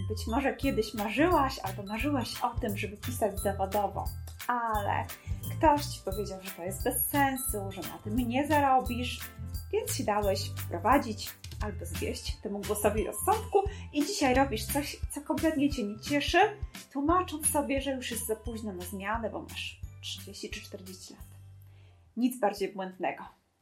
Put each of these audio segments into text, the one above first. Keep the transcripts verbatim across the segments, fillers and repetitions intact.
Być może kiedyś marzyłaś albo marzyłaś o tym, żeby pisać zawodowo, ale ktoś Ci powiedział, że to jest bez sensu, że na tym nie zarobisz, więc się dałeś wprowadzić albo zwieść temu głosowi rozsądku i dzisiaj robisz coś, co kompletnie Cię nie cieszy, tłumacząc sobie, że już jest za późno na zmianę, bo masz trzydzieści czy czterdzieści lat. Nic bardziej błędnego.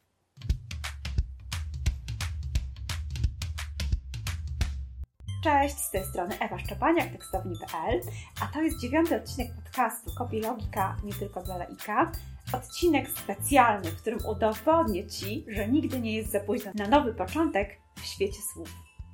Cześć, z tej strony Ewa Szczepaniak, tekstownik kropka p l, a to jest dziewiąty odcinek podcastu Copy Logika nie tylko dla laika. Odcinek specjalny, w którym udowodnię Ci, że nigdy nie jest za późno na nowy początek w świecie słów.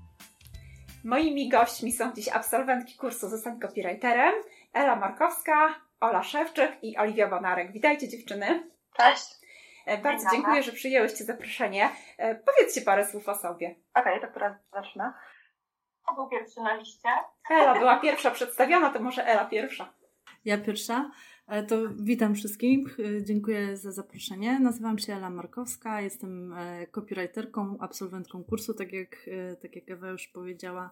Moimi gośćmi są dziś absolwentki kursu Zostań copywriterem, Ela Markowska, Ola Szewczyk i Oliwia Bonarek. Witajcie dziewczyny. Cześć. Bardzo dziękuję, że przyjęłyście zaproszenie. Powiedzcie parę słów o sobie. Okej, okay, to która zaczyna? Kto był pierwszy na liście? Ela była pierwsza przedstawiona, to może Ela pierwsza. Ja pierwsza. To witam wszystkich. Dziękuję za zaproszenie. Nazywam się Ela Markowska, jestem copywriterką, absolwentką kursu, tak jak, tak jak Ewa już powiedziała.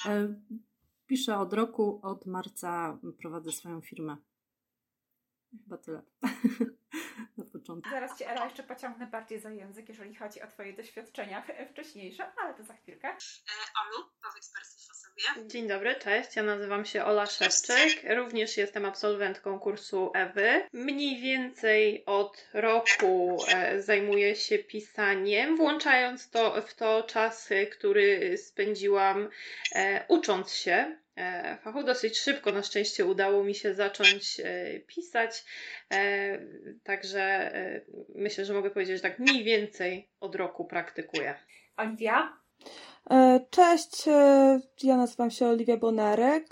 Piszę od roku, od marca prowadzę swoją firmę. Chyba tyle. Na początku. Zaraz Cię, Ela, jeszcze pociągnę bardziej za język, jeżeli chodzi o Twoje doświadczenia wcześniejsze, ale to za chwilkę. Olu, powiedz parę słów o sobie. Dzień dobry, cześć. Ja nazywam się Ola Szewczyk. Również jestem absolwentką kursu Ewy. Mniej więcej od roku e, zajmuję się pisaniem, włączając to w to czas, który spędziłam e, ucząc się fachu. Dosyć szybko na szczęście udało mi się zacząć e, pisać, e, także e, myślę, że mogę powiedzieć, że tak mniej więcej od roku praktykuję. Oliwia? Cześć, ja nazywam się Oliwia Bonarek.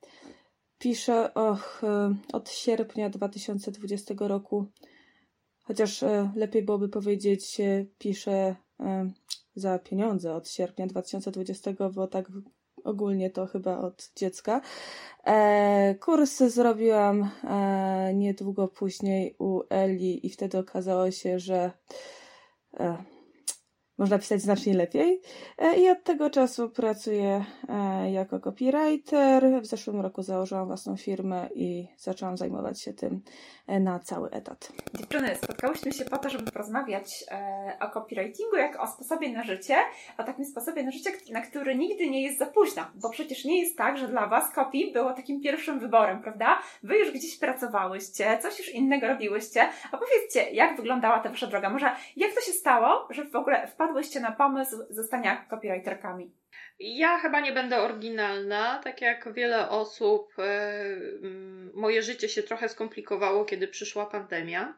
Piszę och, od sierpnia dwa tysiące dwudziestego roku, chociaż lepiej byłoby powiedzieć, piszę za pieniądze od sierpnia dwa tysiące dwudziestego, bo tak ogólnie to chyba od dziecka. E, kursy zrobiłam e, niedługo później u Eli i wtedy okazało się, że e, można pisać znacznie lepiej. E, I od tego czasu pracuję e, jako copywriter. W zeszłym roku założyłam własną firmę i zaczęłam zajmować się tym e, na cały etat. Dziewczyny, spotkałyśmy się po to, żeby porozmawiać e, o copywritingu jako o sposobie na życie, o takim sposobie na życie, na który nigdy nie jest za późno, bo przecież nie jest tak, że dla Was copy było takim pierwszym wyborem, prawda? Wy już gdzieś pracowałyście, coś już innego robiłyście. Opowiedzcie, jak wyglądała ta Wasza droga? Może jak to się stało, że w ogóle wpadłyście na pomysł zostania copywriterkami? Ja chyba nie będę oryginalna. Tak jak wiele osób, moje życie się trochę skomplikowało, kiedy przyszła pandemia,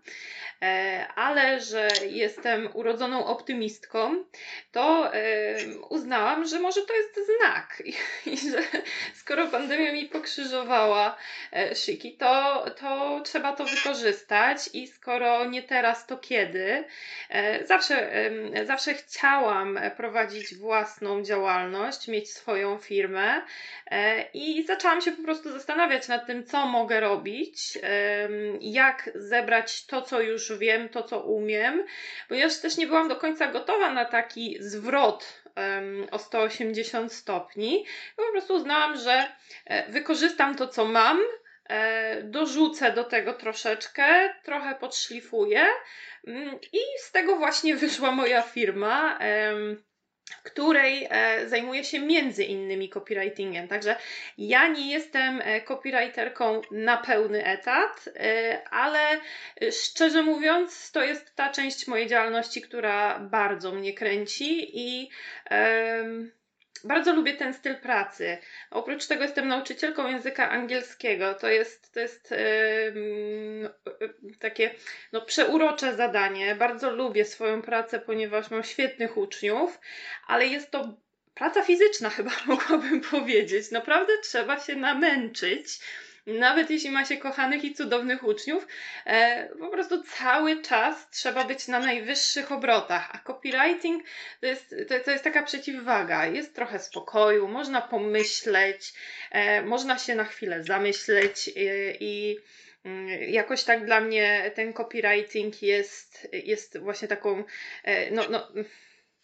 ale że jestem urodzoną optymistką, to uznałam, że może to jest znak i że skoro pandemia mi pokrzyżowała szyki, to, to trzeba to wykorzystać i skoro nie teraz, to kiedy? Zawsze, zawsze chciałam prowadzić własną działalność, mieć swoją firmę i zaczęłam się po prostu zastanawiać nad tym, co mogę robić, jak zebrać to, co już wiem, to, co umiem, ponieważ też nie byłam do końca gotowa na taki zwrot o sto osiemdziesiąt stopni. Po prostu uznałam, że wykorzystam to, co mam, dorzucę do tego troszeczkę, trochę podszlifuję i z tego właśnie wyszła moja firma, w której e, zajmuję się między innymi copywritingiem. Także ja nie jestem copywriterką na pełny etat, e, ale szczerze mówiąc to jest ta część mojej działalności, która bardzo mnie kręci i e, bardzo lubię ten styl pracy. Oprócz tego jestem nauczycielką języka angielskiego. To jest, to jest yy, takie no, przeurocze zadanie. Bardzo lubię swoją pracę, ponieważ mam świetnych uczniów, ale jest to praca fizyczna chyba mogłabym powiedzieć. Naprawdę trzeba się namęczyć. Nawet jeśli ma się kochanych i cudownych uczniów, e, po prostu cały czas trzeba być na najwyższych obrotach, a copywriting to jest, to, to jest taka przeciwwaga, jest trochę spokoju, można pomyśleć, e, można się na chwilę zamyśleć e, i jakoś tak dla mnie ten copywriting jest, jest właśnie taką, e, no, no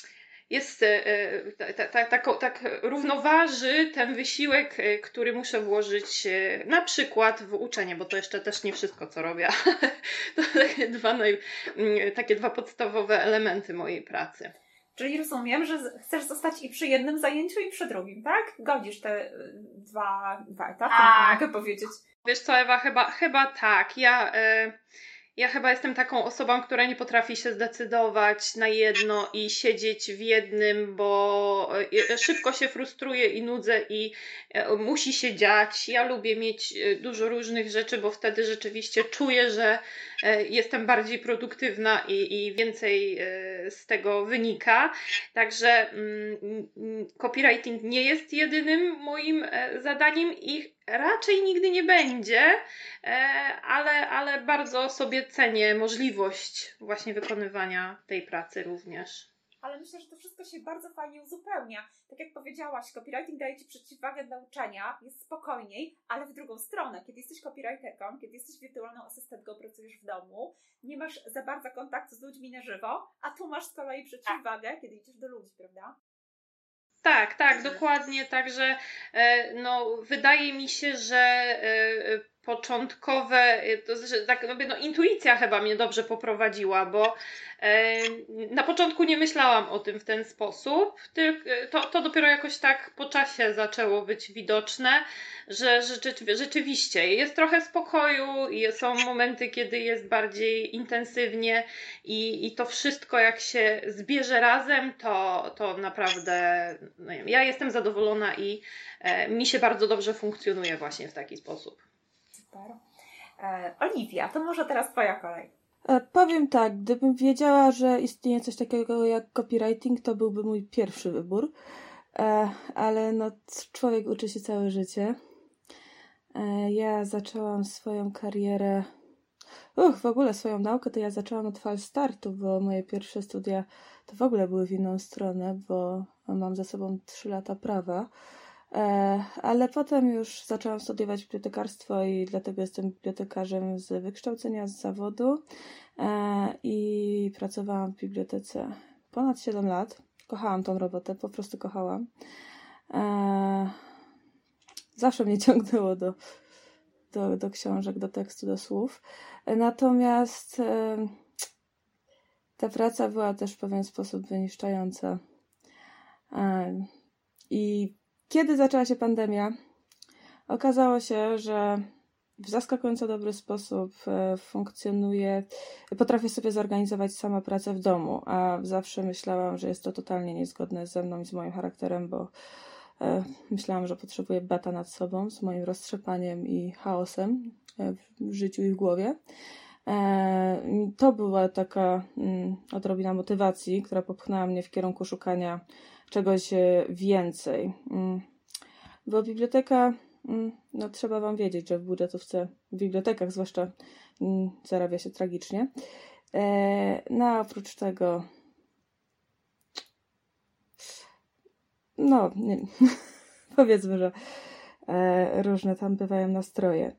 jest tak, tak, tak, tak równoważy ten wysiłek, który muszę włożyć na przykład w uczenie, bo to jeszcze też nie wszystko, co robię. To takie dwa, naj, takie dwa podstawowe elementy mojej pracy. Czyli rozumiem, że chcesz zostać i przy jednym zajęciu, i przy drugim, tak? Godzisz te dwa, dwa etapy, A. mogę powiedzieć. Wiesz co, Ewa, chyba, chyba tak. Ja... Y- Ja chyba jestem taką osobą, która nie potrafi się zdecydować na jedno i siedzieć w jednym, bo szybko się frustruję i nudzę i musi się dziać. Ja lubię mieć dużo różnych rzeczy, bo wtedy rzeczywiście czuję, że jestem bardziej produktywna i, i więcej z tego wynika. Także copywriting nie jest jedynym moim zadaniem i raczej nigdy nie będzie, ale, ale bardzo sobie cenię możliwość właśnie wykonywania tej pracy również. Ale myślę, że to wszystko się bardzo fajnie uzupełnia. Tak jak powiedziałaś, copywriting daje Ci przeciwwagę dla uczenia, jest spokojniej, ale w drugą stronę, kiedy jesteś copywriterką, kiedy jesteś wirtualną asystentką, pracujesz w domu, nie masz za bardzo kontaktu z ludźmi na żywo, a tu masz z kolei przeciwwagę, kiedy idziesz do ludzi, prawda? Tak, tak, dokładnie. Także no, wydaje mi się, że początkowe, to znaczy, tak, no, intuicja chyba mnie dobrze poprowadziła, bo na początku nie myślałam o tym w ten sposób, to, to dopiero jakoś tak po czasie zaczęło być widoczne, że, że rzeczywiście jest trochę spokoju i są momenty, kiedy jest bardziej intensywnie i, i to wszystko jak się zbierze razem, to, to naprawdę no nie wiem, ja jestem zadowolona i e, mi się bardzo dobrze funkcjonuje właśnie w taki sposób. Super. E, Oliwia, to może teraz Twoja kolej. E, powiem tak, gdybym wiedziała, że istnieje coś takiego jak copywriting, to byłby mój pierwszy wybór. E, ale no, człowiek uczy się całe życie. E, ja zaczęłam swoją karierę, uch, w ogóle swoją naukę to ja zaczęłam od fal startu, bo moje pierwsze studia to w ogóle były w inną stronę, bo mam za sobą trzy lata prawa. E, ale potem już zaczęłam studiować bibliotekarstwo i dlatego jestem bibliotekarzem z wykształcenia, z zawodu e, i pracowałam w bibliotece ponad siedem lat. Kochałam tą robotę, po prostu kochałam. E, zawsze mnie ciągnęło do, do, do książek, do tekstu, do słów. E, natomiast e, ta praca była też w pewien sposób wyniszczająca. E, I Kiedy zaczęła się pandemia, okazało się, że w zaskakująco dobry sposób funkcjonuje, potrafię sobie zorganizować sama pracę w domu, a zawsze myślałam, że jest to totalnie niezgodne ze mną i z moim charakterem, bo myślałam, że potrzebuję bata nad sobą z moim roztrzepaniem i chaosem w życiu i w głowie. To była taka odrobina motywacji, która popchnęła mnie w kierunku szukania czegoś więcej. Bo biblioteka, no trzeba wam wiedzieć, że w budżetówce, w bibliotekach zwłaszcza, zarabia się tragicznie. No a oprócz tego, no nie, powiedzmy, że różne tam bywają nastroje.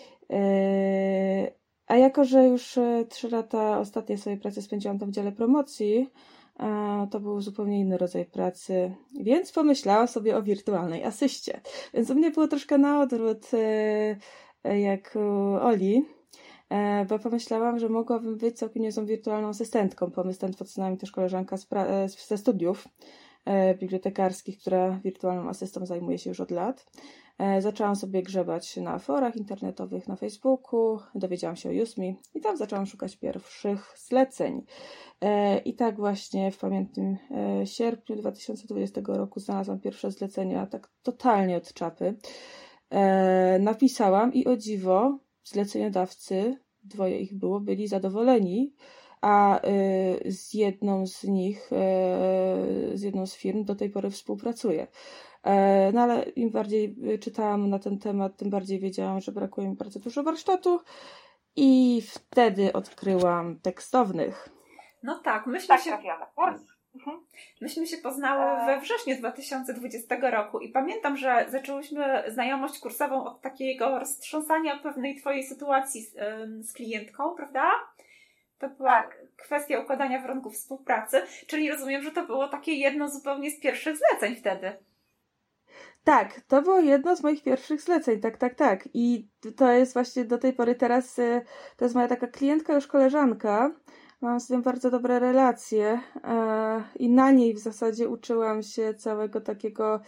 A jako, że już trzy lata ostatniej swojej pracy spędziłam tam w dziale promocji, to był zupełnie inny rodzaj pracy, więc pomyślałam sobie o wirtualnej asyście. Więc u mnie było troszkę na odwrót jak u Oli, bo pomyślałam, że mogłabym być całkiem niezłą wirtualną asystentką. Pomysł ten podsunęła mi też koleżanka z pra- ze studiów bibliotekarskich, która wirtualną asystą zajmuje się już od lat. Zaczęłam sobie grzebać na forach internetowych, na Facebooku, dowiedziałam się o Usme i tam zaczęłam szukać pierwszych zleceń. I tak właśnie w pamiętnym sierpniu dwa tysiące dwudziestego roku znalazłam pierwsze zlecenia, tak totalnie od czapy. Napisałam i o dziwo zleceniodawcy, dwoje ich było, byli zadowoleni, a z jedną z nich, z jedną z firm do tej pory współpracuję. No ale im bardziej czytałam na ten temat, tym bardziej wiedziałam, że brakuje mi bardzo dużo warsztatu i wtedy odkryłam tekstownych. No tak, myśmy Tak, się... trafiamy. Mhm. Myśmy się poznały we wrześniu dwa tysiące dwudziestego roku i pamiętam, że zaczęłyśmy znajomość kursową od takiego roztrząsania pewnej twojej sytuacji z, z klientką, prawda? To była, Tak. kwestia układania warunków współpracy, czyli rozumiem, że to było takie jedno zupełnie z pierwszych zleceń wtedy. Tak, to było jedno z moich pierwszych zleceń, tak, tak, tak. I to jest właśnie do tej pory teraz, to jest moja taka klientka, już koleżanka. Mam z nią bardzo dobre relacje i na niej w zasadzie uczyłam się całego takiego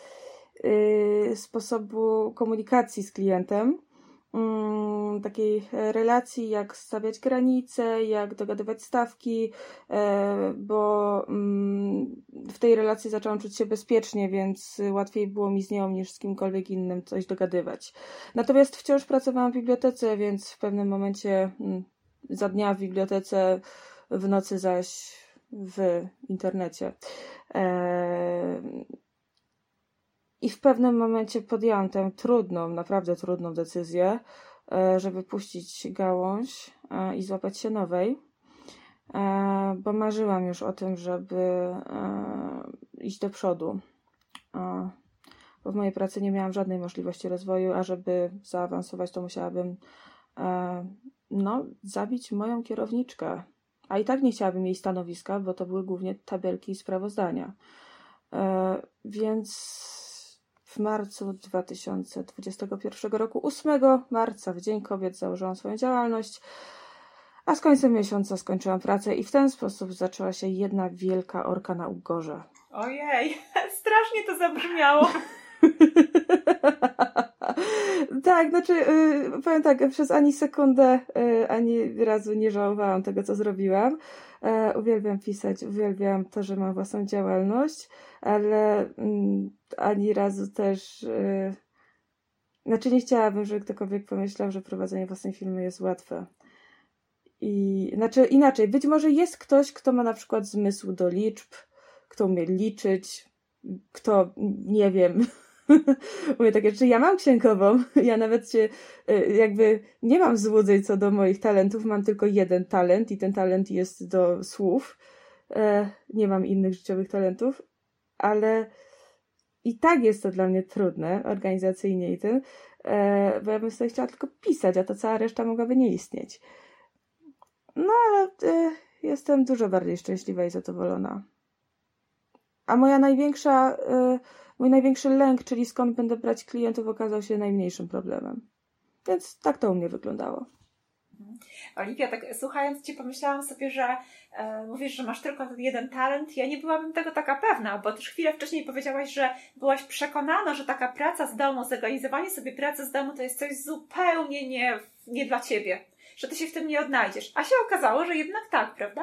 sposobu komunikacji z klientem. Takiej relacji, jak stawiać granice, jak dogadywać stawki, bo w tej relacji zaczęłam czuć się bezpiecznie, więc łatwiej było mi z nią niż z kimkolwiek innym coś dogadywać. Natomiast wciąż pracowałam w bibliotece, więc w pewnym momencie za dnia w bibliotece, w nocy zaś w internecie. I w pewnym momencie podjęłam tę trudną, naprawdę trudną decyzję, żeby puścić gałąź i złapać się nowej, bo marzyłam już o tym, żeby iść do przodu, bo w mojej pracy nie miałam żadnej możliwości rozwoju, a żeby zaawansować, to musiałabym no, zabić moją kierowniczkę, a i tak nie chciałabym jej stanowiska, bo to były głównie tabelki i sprawozdania. Więc w marcu dwa tysiące dwudziestego pierwszego roku, ósmego marca, w Dzień Kobiet, założyłam swoją działalność, a z końcem miesiąca skończyłam pracę i w ten sposób zaczęła się jedna wielka orka na ugorze. Ojej, strasznie to zabrzmiało. Tak, znaczy yy, powiem tak, przez ani sekundę, yy, ani razu nie żałowałam tego, co zrobiłam. Yy, uwielbiam pisać, uwielbiam to, że mam własną działalność, ale yy, ani razu też, yy, znaczy nie chciałabym, żeby ktokolwiek pomyślał, że prowadzenie własnej firmy jest łatwe. I znaczy inaczej, być może jest ktoś, kto ma na przykład zmysł do liczb, kto umie liczyć, kto, nie wiem, mówię takie, czy ja mam księgową, ja nawet się jakby nie mam złudzeń co do moich talentów, mam tylko jeden talent i ten talent jest do słów, nie mam innych życiowych talentów, ale i tak jest to dla mnie trudne organizacyjnie i tym, bo ja bym sobie chciała tylko pisać, a ta cała reszta mogłaby nie istnieć. No ale jestem dużo bardziej szczęśliwa i zadowolona. A moja największa Mój największy lęk, czyli skąd będę brać klientów, okazał się najmniejszym problemem. Więc tak to u mnie wyglądało. Oliwia, tak słuchając Cię, pomyślałam sobie, że e, mówisz, że masz tylko ten jeden talent. Ja nie byłabym tego taka pewna, bo też chwilę wcześniej powiedziałaś, że byłaś przekonana, że taka praca z domu, zorganizowanie sobie pracy z domu to jest coś zupełnie nie, nie dla Ciebie. Że Ty się w tym nie odnajdziesz. A się okazało, że jednak tak, prawda?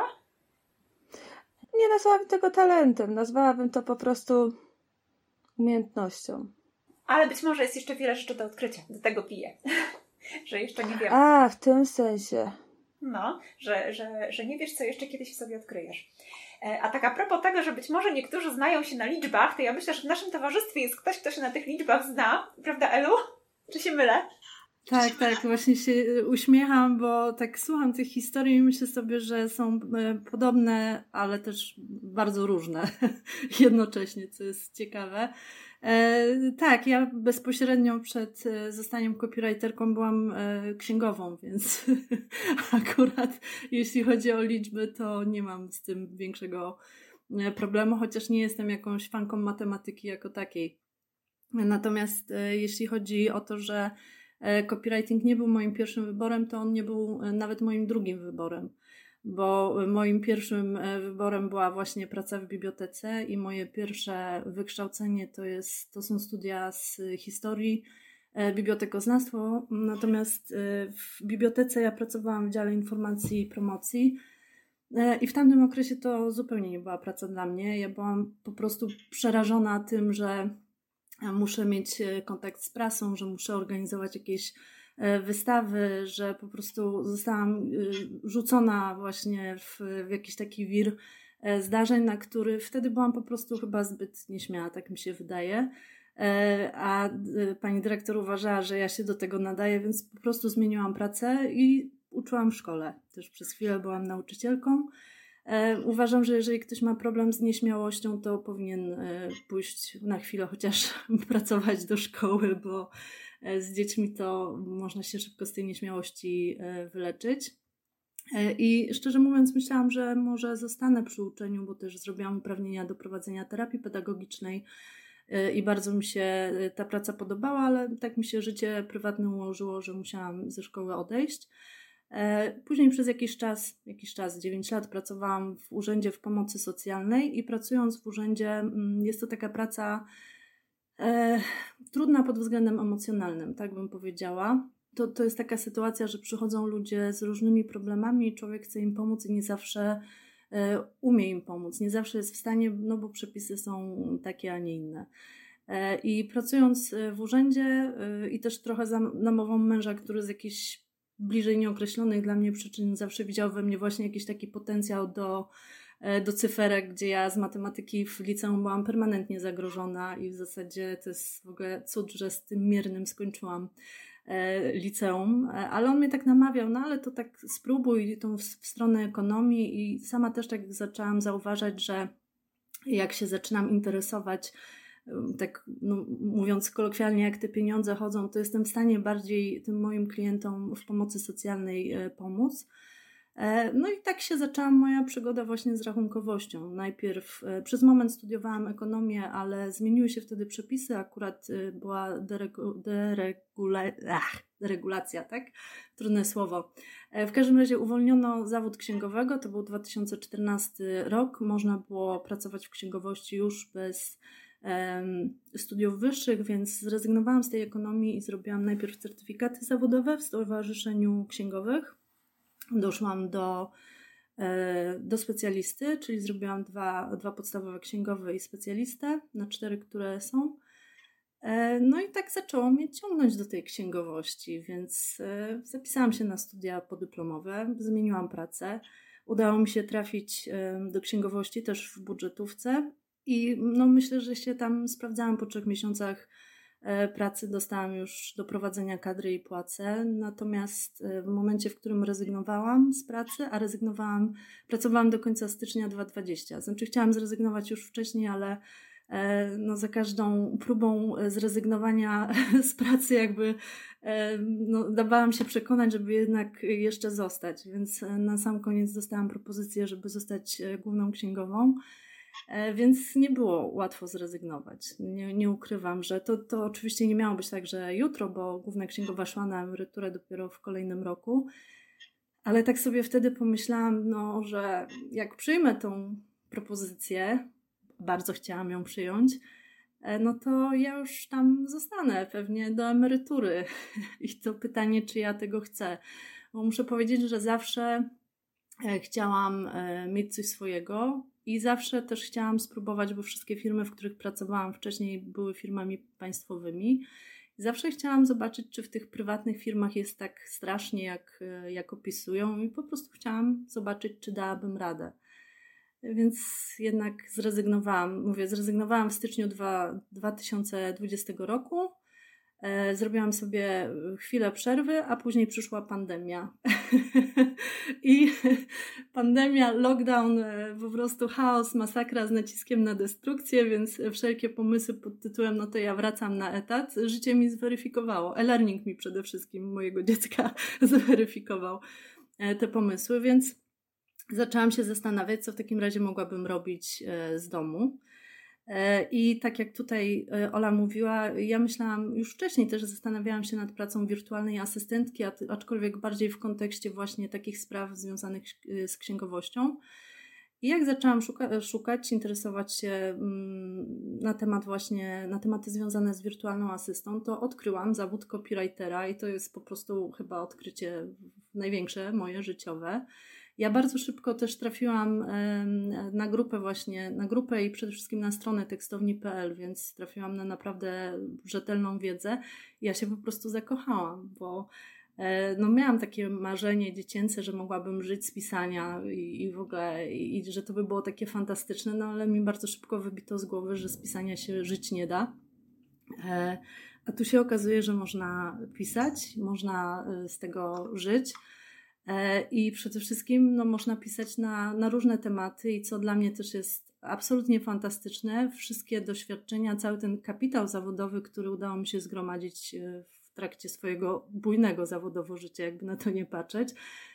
Nie nazwałabym tego talentem. Nazwałabym to po prostu umiejętnością. Ale być może jest jeszcze wiele rzeczy do odkrycia. Do tego piję. Że jeszcze nie wiem. A, w tym sensie. No, że, że, że nie wiesz, co jeszcze kiedyś w sobie odkryjesz. A tak a propos tego, że być może niektórzy znają się na liczbach, to ja myślę, że w naszym towarzystwie jest ktoś, kto się na tych liczbach zna. Prawda, Elu? Czy się mylę? Tak, tak, właśnie się uśmiecham, bo tak słucham tych historii i myślę sobie, że są podobne, ale też bardzo różne jednocześnie, co jest ciekawe. E, tak, ja bezpośrednio przed zostaniem copywriterką byłam e, księgową, więc akurat jeśli chodzi o liczby, to nie mam z tym większego problemu, chociaż nie jestem jakąś fanką matematyki jako takiej. Natomiast e, jeśli chodzi o to, że copywriting nie był moim pierwszym wyborem, to on nie był nawet moim drugim wyborem, bo moim pierwszym wyborem była właśnie praca w bibliotece i moje pierwsze wykształcenie to, jest, to są studia z historii, bibliotekoznawstwo, natomiast w bibliotece ja pracowałam w dziale informacji i promocji i w tamtym okresie to zupełnie nie była praca dla mnie. Ja byłam po prostu przerażona tym, że muszę mieć kontakt z prasą, że muszę organizować jakieś wystawy, że po prostu zostałam rzucona właśnie w, w jakiś taki wir zdarzeń, na który wtedy byłam po prostu chyba zbyt nieśmiała, tak mi się wydaje. A pani dyrektor uważała, że ja się do tego nadaję, więc po prostu zmieniłam pracę i uczyłam w szkole. Też przez chwilę byłam nauczycielką. Uważam, że jeżeli ktoś ma problem z nieśmiałością, to powinien pójść na chwilę chociaż pracować do szkoły, bo z dziećmi to można się szybko z tej nieśmiałości wyleczyć. I szczerze mówiąc myślałam, że może zostanę przy uczeniu, bo też zrobiłam uprawnienia do prowadzenia terapii pedagogicznej i bardzo mi się ta praca podobała, ale tak mi się życie prywatne ułożyło, że musiałam ze szkoły odejść. Później przez jakiś czas, jakiś czas, dziewięć lat pracowałam w urzędzie w pomocy socjalnej i pracując w urzędzie jest to taka praca e, trudna pod względem emocjonalnym, tak bym powiedziała. To, to jest taka sytuacja, że przychodzą ludzie z różnymi problemami i człowiek chce im pomóc i nie zawsze e, umie im pomóc, nie zawsze jest w stanie, no bo przepisy są takie, a nie inne. E, I pracując w urzędzie e, i też trochę za namową męża, który z jakichś bliżej nieokreślonych dla mnie przyczyn zawsze widział we mnie właśnie jakiś taki potencjał do, do cyferek, gdzie ja z matematyki w liceum byłam permanentnie zagrożona i w zasadzie to jest w ogóle cud, że z tym miernym skończyłam liceum, ale on mnie tak namawiał, no ale to tak spróbuj tą w, w stronę ekonomii i sama też tak zaczęłam zauważać, że jak się zaczynam interesować tak no, mówiąc kolokwialnie, jak te pieniądze chodzą, to jestem w stanie bardziej tym moim klientom w pomocy socjalnej e, pomóc. E, no i tak się zaczęła moja przygoda właśnie z rachunkowością. Najpierw e, przez moment studiowałam ekonomię, ale zmieniły się wtedy przepisy, akurat e, była deregu, deregula, ach, deregulacja, tak? Trudne słowo. E, w każdym razie uwolniono zawód księgowego, to był dwa tysiące czternasty rok, można było pracować w księgowości już bez studiów wyższych, więc zrezygnowałam z tej ekonomii i zrobiłam najpierw certyfikaty zawodowe w Stowarzyszeniu Księgowych. Doszłam do, do specjalisty, czyli zrobiłam dwa, dwa podstawowe księgowe i specjalistę na cztery, które są. No i tak zaczęło mnie ciągnąć do tej księgowości, więc zapisałam się na studia podyplomowe, zmieniłam pracę. Udało mi się trafić do księgowości też w budżetówce. I no myślę, że się tam sprawdzałam po trzech miesiącach pracy, dostałam już do prowadzenia kadry i płacę, natomiast w momencie, w którym rezygnowałam z pracy, a rezygnowałam, pracowałam do końca stycznia dwa tysiące dwudziestego, znaczy chciałam zrezygnować już wcześniej, ale no za każdą próbą zrezygnowania z pracy jakby no, dawałam się przekonać, żeby jednak jeszcze zostać, więc na sam koniec dostałam propozycję, żeby zostać główną księgową. Więc nie było łatwo zrezygnować. Nie, nie ukrywam, że to, to oczywiście nie miało być tak, że jutro, bo główna księgowa szła na emeryturę dopiero w kolejnym roku, ale tak sobie wtedy pomyślałam, no, że jak przyjmę tą propozycję, bardzo chciałam ją przyjąć, no to ja już tam zostanę pewnie do emerytury. I to pytanie, czy ja tego chcę. Bo muszę powiedzieć, że zawsze chciałam mieć coś swojego i zawsze też chciałam spróbować, bo wszystkie firmy, w których pracowałam wcześniej, były firmami państwowymi. Zawsze chciałam zobaczyć, czy w tych prywatnych firmach jest tak strasznie, jak, jak opisują, i po prostu chciałam zobaczyć, czy dałabym radę. Więc jednak zrezygnowałam. Mówię, zrezygnowałam w styczniu dwa tysiące dwudziestego roku. E, zrobiłam sobie chwilę przerwy, a później przyszła pandemia. I pandemia, lockdown, po prostu chaos, masakra z naciskiem na destrukcję, więc wszelkie pomysły pod tytułem no to ja wracam na etat, życie mi zweryfikowało. E-learning mi przede wszystkim mojego dziecka zweryfikował te pomysły, więc zaczęłam się zastanawiać, co w takim razie mogłabym robić z domu. I tak jak tutaj Ola mówiła, ja myślałam, już wcześniej też zastanawiałam się nad pracą wirtualnej asystentki, aczkolwiek bardziej w kontekście właśnie takich spraw związanych z księgowością. I jak zaczęłam szuka- szukać, interesować się na temat właśnie, na tematy związane z wirtualną asystą, to odkryłam zawód copywritera i to jest po prostu chyba odkrycie największe moje życiowe. Ja bardzo szybko też trafiłam na grupę właśnie, na grupę i przede wszystkim na stronę tekstowni kropka pe el, więc trafiłam na naprawdę rzetelną wiedzę. Ja się po prostu zakochałam, bo no miałam takie marzenie dziecięce, że mogłabym żyć z pisania i, i w ogóle, i, i że to by było takie fantastyczne, no ale mi bardzo szybko wybito z głowy, że z pisania się żyć nie da. A tu się okazuje, że można pisać, można z tego żyć. I przede wszystkim no, można pisać na, na różne tematy i co dla mnie też jest absolutnie fantastyczne, wszystkie doświadczenia, cały ten kapitał zawodowy, który udało mi się zgromadzić w trakcie swojego bujnego zawodowo życia, jakby na to nie patrzeć,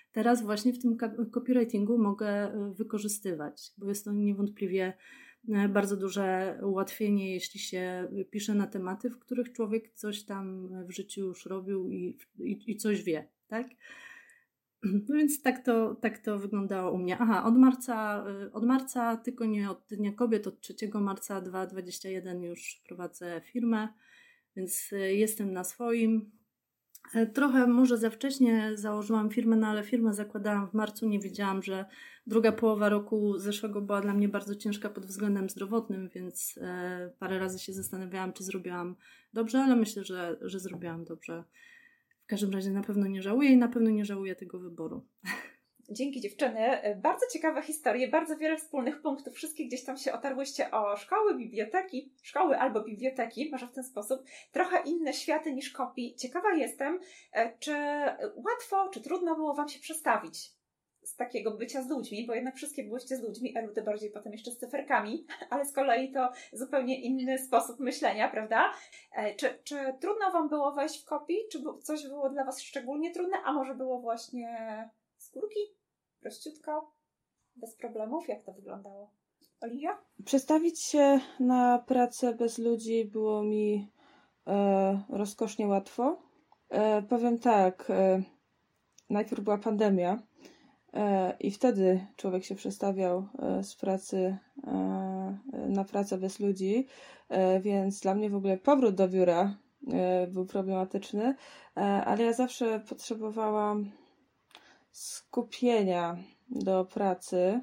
teraz właśnie w tym copywritingu mogę wykorzystywać, bo jest to niewątpliwie bardzo duże ułatwienie, jeśli się pisze na tematy, w których człowiek coś tam w życiu już robił i, i, i coś wie, tak? No więc tak to, tak to wyglądało u mnie. Aha, od marca, od marca, tylko nie od Dnia Kobiet, od trzeciego marca dwa tysiące dwudziestego pierwszego już prowadzę firmę, więc jestem na swoim. Trochę może za wcześnie założyłam firmę, no ale firmę zakładałam w marcu, nie wiedziałam, że druga połowa roku zeszłego była dla mnie bardzo ciężka pod względem zdrowotnym, więc parę razy się zastanawiałam, czy zrobiłam dobrze, ale myślę, że, że zrobiłam dobrze. W każdym razie na pewno nie żałuję i na pewno nie żałuję tego wyboru. Dzięki dziewczyny. Bardzo ciekawe historie, bardzo wiele wspólnych punktów. Wszystkie gdzieś tam się otarłyście o szkoły, biblioteki, szkoły albo biblioteki, może w ten sposób. Trochę inne światy niż kopii. Ciekawa jestem, czy łatwo, czy trudno było Wam się przestawić z takiego bycia z ludźmi, bo jednak wszystkie byłyście z ludźmi, Elu, ty bardziej potem jeszcze z cyferkami, ale z kolei to zupełnie inny sposób myślenia, prawda? Czy, czy trudno Wam było wejść w kopii? Czy coś było dla Was szczególnie trudne, a może było właśnie z górki? Prościutko? Bez problemów? Jak to wyglądało? Oliwia? Przestawić się na pracę bez ludzi było mi e, rozkosznie łatwo. E, powiem tak, e, najpierw była pandemia e, i wtedy człowiek się przestawiał e, z pracy e, na pracę bez ludzi, e, więc dla mnie w ogóle powrót do biura e, był problematyczny, e, ale ja zawsze potrzebowałam skupienia do pracy.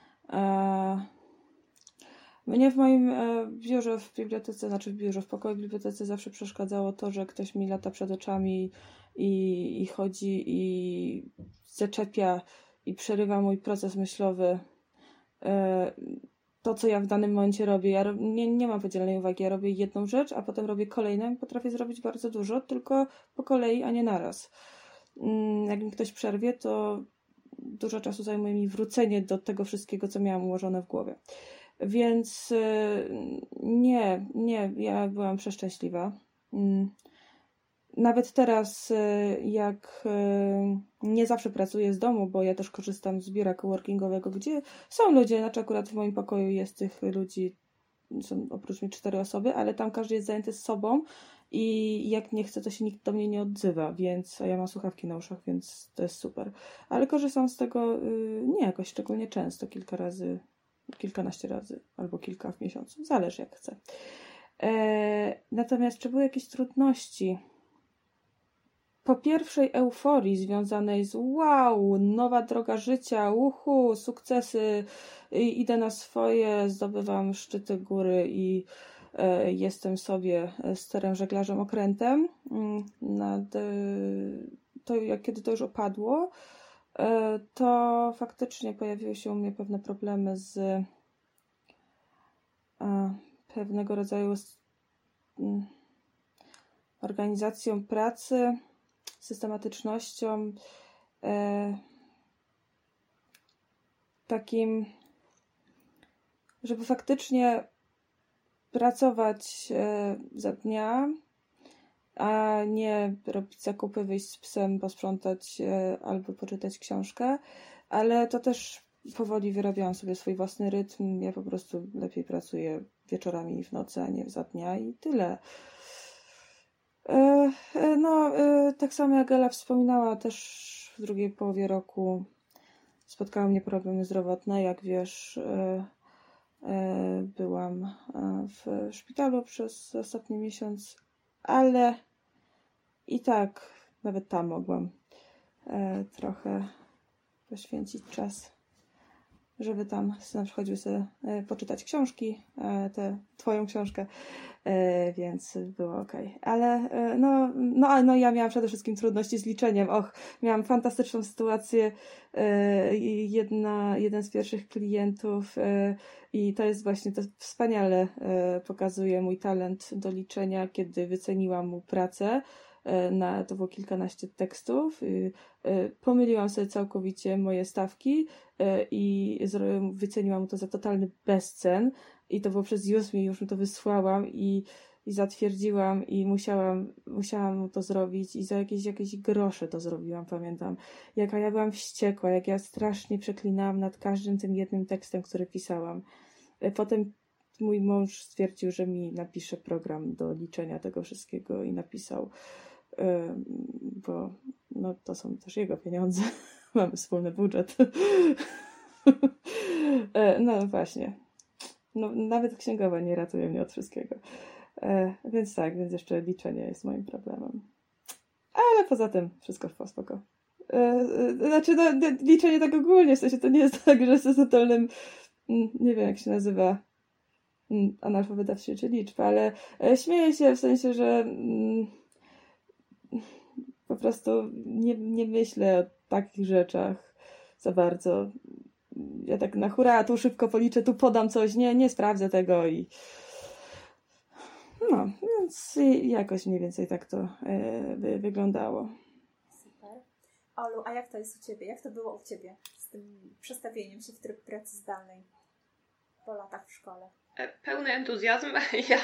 Mnie w moim biurze w bibliotece, znaczy w biurze, w pokoju w bibliotece zawsze przeszkadzało to, że ktoś mi lata przed oczami i, i chodzi i zaczepia i przerywa mój proces myślowy. To, co ja w danym momencie robię. Ja rob... nie, nie mam podzielonej uwagi. Ja robię jedną rzecz, a potem robię kolejną i potrafię zrobić bardzo dużo, tylko po kolei, a nie naraz. Jak mi ktoś przerwie, to dużo czasu zajmuje mi wrócenie do tego wszystkiego, co miałam ułożone w głowie. Więc nie, nie, ja byłam przeszczęśliwa. Nawet teraz, jak nie zawsze pracuję z domu, bo ja też korzystam z biura coworkingowego, gdzie są ludzie, znaczy akurat w moim pokoju jest tych ludzi, są oprócz mnie cztery osoby, ale tam każdy jest zajęty z sobą i jak nie chce, to się nikt do mnie nie odzywa, więc a ja mam słuchawki na uszach, więc to jest super. Ale korzystam z tego nie jakoś szczególnie często, kilka razy, kilkanaście razy albo kilka w miesiącu, zależy jak chcę. E, natomiast czy były jakieś trudności? Po pierwszej euforii związanej z wow, nowa droga życia, uhu, sukcesy, i idę na swoje, zdobywam szczyty góry i e, jestem sobie sterem, żeglarzem, okrętem. Nad, e, to, jak, kiedy to już opadło, e, to faktycznie pojawiły się u mnie pewne problemy z e, pewnego rodzaju z, m, organizacją pracy, systematycznością, e, takim, żeby faktycznie pracować e, za dnia, a nie robić zakupy, wyjść z psem, posprzątać e, albo poczytać książkę, ale to też powoli wyrabiałam sobie swój własny rytm. Ja po prostu lepiej pracuję wieczorami i w nocy, a nie za dnia i tyle. No, tak samo jak Ela wspominała, też w drugiej połowie roku spotkały mnie problemy zdrowotne. Jak wiesz, byłam w szpitalu przez ostatni miesiąc, ale i tak nawet tam mogłam trochę poświęcić czas, żeby tam syna przychodził sobie poczytać książki, tę twoją książkę, więc było okej. Okay. Ale no, no, no ja miałam przede wszystkim trudności z liczeniem. Och, miałam fantastyczną sytuację. Jedna, jeden z pierwszych klientów i to jest właśnie, to wspaniale pokazuje mój talent do liczenia, kiedy wyceniłam mu pracę. Na, to było kilkanaście tekstów. Pomyliłam sobie całkowicie moje stawki i wyceniłam to za totalny bezcen i to było przez Use Me, już mu to wysłałam i i zatwierdziłam i musiałam, musiałam mu to zrobić i za jakieś, jakieś grosze to zrobiłam, pamiętam. Jaka ja byłam wściekła, jak ja strasznie przeklinałam nad każdym tym jednym tekstem, który pisałam. Potem mój mąż stwierdził, że mi napisze program do liczenia tego wszystkiego i napisał, bo no, to są też jego pieniądze. Mamy wspólny budżet. No właśnie. No, nawet księgowa nie ratuje mnie od wszystkiego. E, więc tak, więc jeszcze liczenie jest moim problemem. Ale poza tym wszystko w spoko. E, e, znaczy, no, liczenie tak ogólnie, w sensie to nie jest tak, że jestem totalnym, nie wiem jak się nazywa, analfabeta w świecie liczb, ale e, śmieję się w sensie, że mm, po prostu nie, nie myślę o takich rzeczach za bardzo. Ja tak na hura, tu szybko policzę, tu podam coś, nie, nie sprawdzę tego i no, więc jakoś mniej więcej tak to e, by wyglądało. Super. Olu, a jak to jest u Ciebie? Jak to było u Ciebie z tym przestawieniem się w tryb pracy zdalnej po latach w szkole? Pełny entuzjazm. Ja,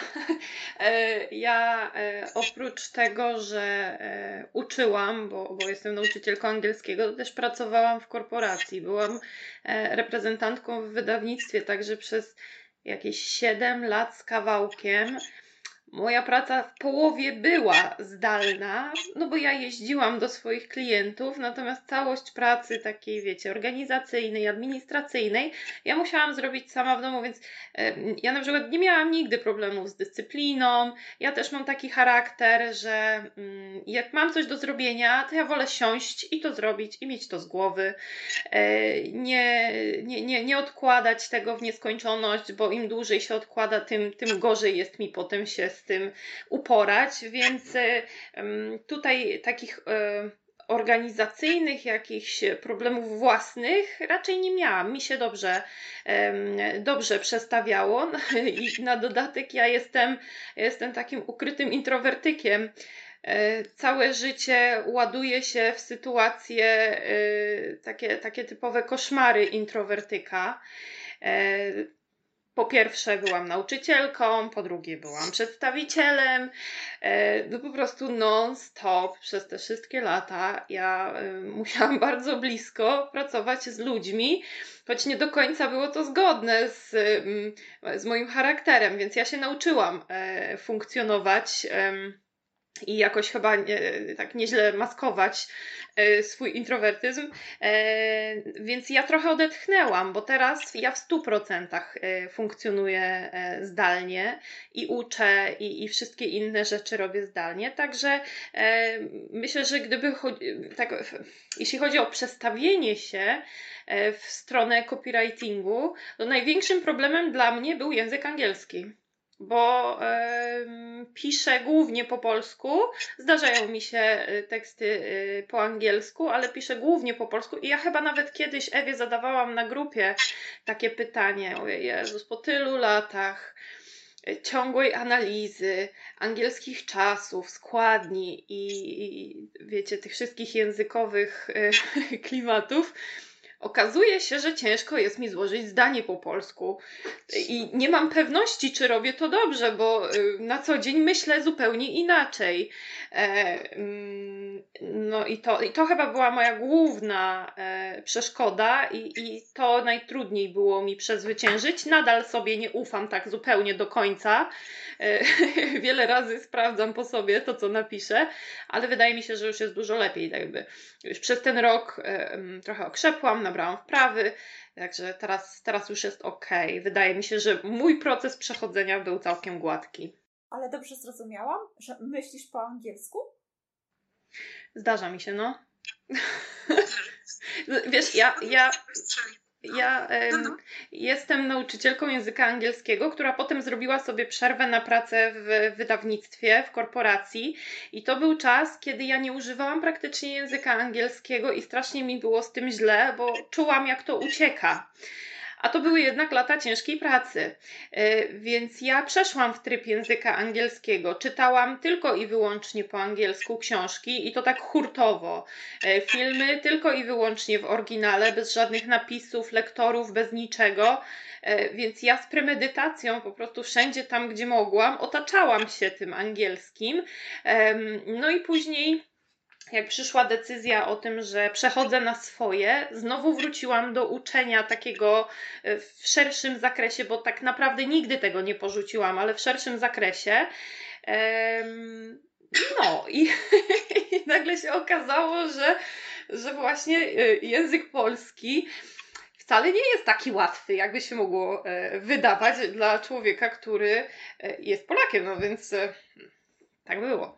ja oprócz tego, że uczyłam, bo, bo jestem nauczycielką angielskiego, to też pracowałam w korporacji. Byłam reprezentantką w wydawnictwie, także przez jakieś siedem lat z kawałkiem moja praca w połowie była zdalna, no bo ja jeździłam do swoich klientów, natomiast całość pracy takiej, wiecie, organizacyjnej, administracyjnej, ja musiałam zrobić sama w domu, więc e, ja na przykład nie miałam nigdy problemów z dyscypliną. Ja też mam taki charakter, że mm, jak mam coś do zrobienia, to ja wolę siąść i to zrobić i mieć to z głowy. E, nie, nie, nie, nie odkładać tego w nieskończoność, bo im dłużej się odkłada, tym, tym gorzej jest mi potem się z tym uporać, więc tutaj takich organizacyjnych jakichś problemów własnych raczej nie miałam. Mi się dobrze, dobrze przestawiało i na dodatek ja jestem, jestem takim ukrytym introwertykiem. Całe życie ładuję się w sytuacje takie, takie typowe koszmary introwertyka. Po pierwsze byłam nauczycielką, po drugie byłam przedstawicielem, no po prostu non-stop przez te wszystkie lata ja musiałam bardzo blisko pracować z ludźmi, choć nie do końca było to zgodne z, z moim charakterem, więc ja się nauczyłam funkcjonować i jakoś chyba nie, tak nieźle maskować e, swój introwertyzm, e, więc ja trochę odetchnęłam, bo teraz ja w stu procentach e, funkcjonuję e, zdalnie i uczę i, i wszystkie inne rzeczy robię zdalnie, także e, myślę, że gdyby chodzi, tak, jeśli chodzi o przestawienie się e, w stronę copywritingu, to największym problemem dla mnie był język angielski. Bo y, piszę głównie po polsku, zdarzają mi się teksty y, po angielsku, ale piszę głównie po polsku i ja chyba nawet kiedyś Ewie zadawałam na grupie takie pytanie, o Jezus, po tylu latach y, ciągłej analizy angielskich czasów, składni i, i wiecie, tych wszystkich językowych y, klimatów, okazuje się, że ciężko jest mi złożyć zdanie po polsku i nie mam pewności, czy robię to dobrze, bo na co dzień myślę zupełnie inaczej. No i to, i to chyba była moja główna przeszkoda i, i to najtrudniej było mi przezwyciężyć. Nadal sobie nie ufam tak zupełnie do końca. Wiele razy sprawdzam po sobie to, co napiszę, ale wydaje mi się, że już jest dużo lepiej. Tak jakby już przez ten rok trochę okrzepłam, nabrałam wprawy, także teraz, teraz już jest okej. Wydaje mi się, że mój proces przechodzenia był całkiem gładki. Ale dobrze zrozumiałam, że myślisz po angielsku? Zdarza mi się, no. Wiesz, ja... ja... Ja em, no no. jestem nauczycielką języka angielskiego, która potem zrobiła sobie przerwę na pracę w wydawnictwie, w korporacji i to był czas, kiedy ja nie używałam praktycznie języka angielskiego i strasznie mi było z tym źle, bo czułam, jak to ucieka. A to były jednak lata ciężkiej pracy, więc ja przeszłam w tryb języka angielskiego. Czytałam tylko i wyłącznie po angielsku książki i to tak hurtowo. Filmy tylko i wyłącznie w oryginale, bez żadnych napisów, lektorów, bez niczego. Więc ja z premedytacją po prostu wszędzie tam, gdzie mogłam, otaczałam się tym angielskim. No i później, jak przyszła decyzja o tym, że przechodzę na swoje, znowu wróciłam do uczenia takiego w szerszym zakresie, bo tak naprawdę nigdy tego nie porzuciłam, ale w szerszym zakresie. No i, i nagle się okazało, że, że właśnie język polski wcale nie jest taki łatwy, jakby się mogło wydawać dla człowieka, który jest Polakiem, no więc tak było.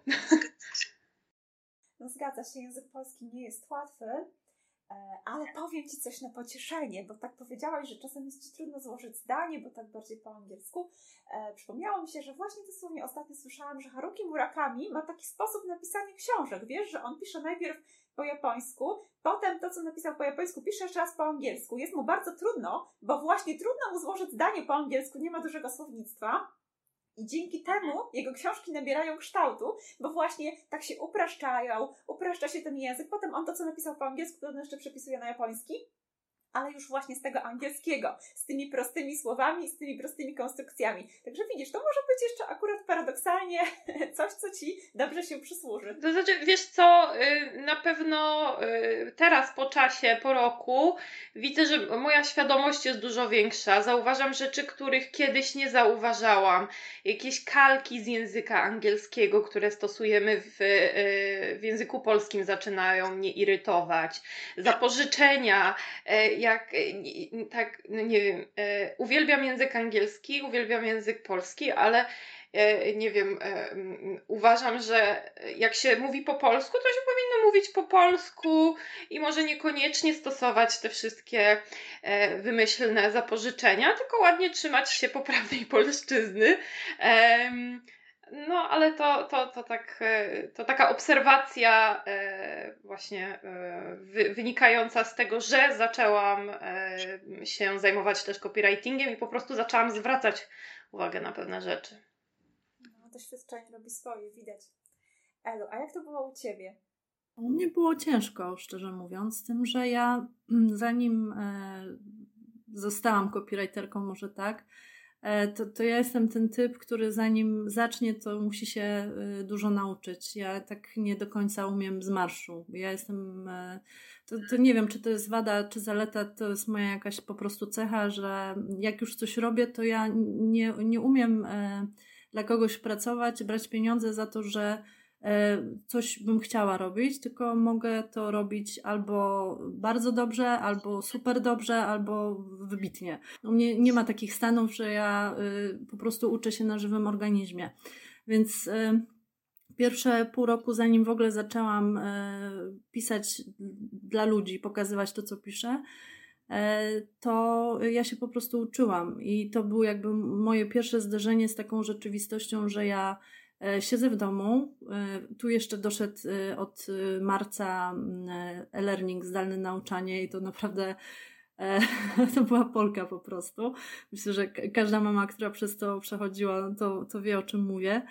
No zgadza się, język polski nie jest łatwy, ale powiem Ci coś na pocieszenie, bo tak powiedziałaś, że czasem jest Ci trudno złożyć zdanie, bo tak bardziej po angielsku. Przypomniało mi się, że właśnie dosłownie ostatnio słyszałam, że Haruki Murakami ma taki sposób napisania książek, wiesz, że on pisze najpierw po japońsku, potem to, co napisał po japońsku, pisze jeszcze raz po angielsku. Jest mu bardzo trudno, bo właśnie trudno mu złożyć zdanie po angielsku, nie ma dużego słownictwa. I dzięki temu jego książki nabierają kształtu, bo właśnie tak się upraszczają, upraszcza się ten język. Potem on to, co napisał po angielsku, potem jeszcze przepisuje na japoński, ale już właśnie z tego angielskiego, z tymi prostymi słowami, z tymi prostymi konstrukcjami. Także widzisz, to może być jeszcze akurat paradoksalnie coś, co Ci dobrze się przysłuży. To znaczy, wiesz co, na pewno teraz po czasie, po roku widzę, że moja świadomość jest dużo większa. Zauważam rzeczy, których kiedyś nie zauważałam. Jakieś kalki z języka angielskiego, które stosujemy w, w języku polskim, zaczynają mnie irytować. Zapożyczenia, jak, tak, nie wiem, uwielbiam język angielski, uwielbiam język polski, ale nie wiem, uważam, że jak się mówi po polsku, to się powinno mówić po polsku i może niekoniecznie stosować te wszystkie wymyślne zapożyczenia, tylko ładnie trzymać się poprawnej polszczyzny. No, ale to, to, to, tak, to taka obserwacja właśnie wynikająca z tego, że zaczęłam się zajmować też copywritingiem i po prostu zaczęłam zwracać uwagę na pewne rzeczy. No, doświadczenie robi swoje, widać. Elu, a jak to było u Ciebie? U mnie było ciężko, szczerze mówiąc, z tym, że ja zanim zostałam copywriterką, może tak, To, to ja jestem ten typ, który zanim zacznie, to musi się dużo nauczyć. Ja tak nie do końca umiem z marszu. Ja jestem, to, to nie wiem, czy to jest wada, czy zaleta, to jest moja jakaś po prostu cecha, że jak już coś robię, to ja nie, nie umiem dla kogoś pracować, brać pieniądze za to, że coś bym chciała robić, tylko mogę to robić albo bardzo dobrze, albo super dobrze, albo wybitnie. U mnie nie ma takich stanów, że ja po prostu uczę się na żywym organizmie. Więc pierwsze pół roku, zanim w ogóle zaczęłam pisać dla ludzi, pokazywać to, co piszę, to ja się po prostu uczyłam i to było jakby moje pierwsze zderzenie z taką rzeczywistością, że ja siedzę w domu, tu jeszcze doszedł od marca e-learning, zdalne nauczanie i to naprawdę to była Polka po prostu. Myślę, że każda mama, która przez to przechodziła, to, to wie, o czym mówię.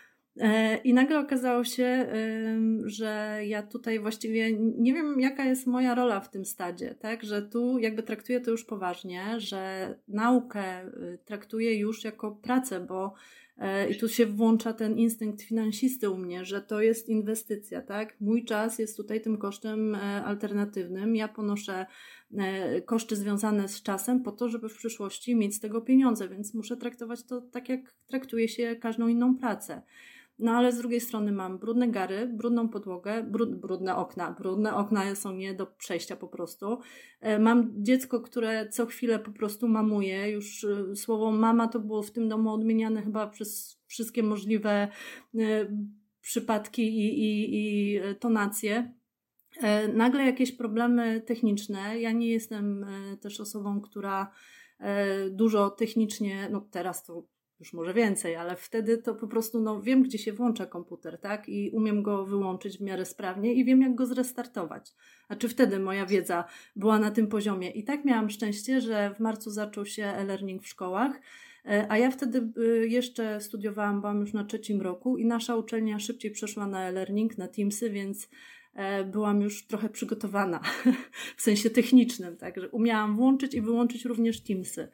I nagle okazało się, że ja tutaj właściwie nie wiem, jaka jest moja rola w tym stadzie, tak? Że tu jakby traktuję to już poważnie, że naukę traktuję już jako pracę, bo i tu się włącza ten instynkt finansisty u mnie, że to jest inwestycja, tak? Mój czas jest tutaj tym kosztem alternatywnym. Ja ponoszę koszty związane z czasem po to, żeby w przyszłości mieć z tego pieniądze, więc muszę traktować to tak, jak traktuje się każdą inną pracę. No ale z drugiej strony mam brudne gary, brudną podłogę, brud, brudne okna. Brudne okna są nie do przejścia po prostu. Mam dziecko, które co chwilę po prostu mamuje. Już słowo mama to było w tym domu odmieniane chyba przez wszystkie możliwe przypadki i, i, i tonacje. Nagle jakieś problemy techniczne. Ja nie jestem też osobą, która dużo technicznie, no teraz to już może więcej, ale wtedy to po prostu no, wiem, gdzie się włącza komputer, tak? I umiem go wyłączyć w miarę sprawnie i wiem, jak go zrestartować. Znaczy wtedy moja wiedza była na tym poziomie. I tak miałam szczęście, że w marcu zaczął się e-learning w szkołach, a ja wtedy jeszcze studiowałam, byłam już na trzecim roku i nasza uczelnia szybciej przeszła na e-learning, na Teamsy, więc byłam już trochę przygotowana w sensie technicznym, także umiałam włączyć i wyłączyć również Teamsy.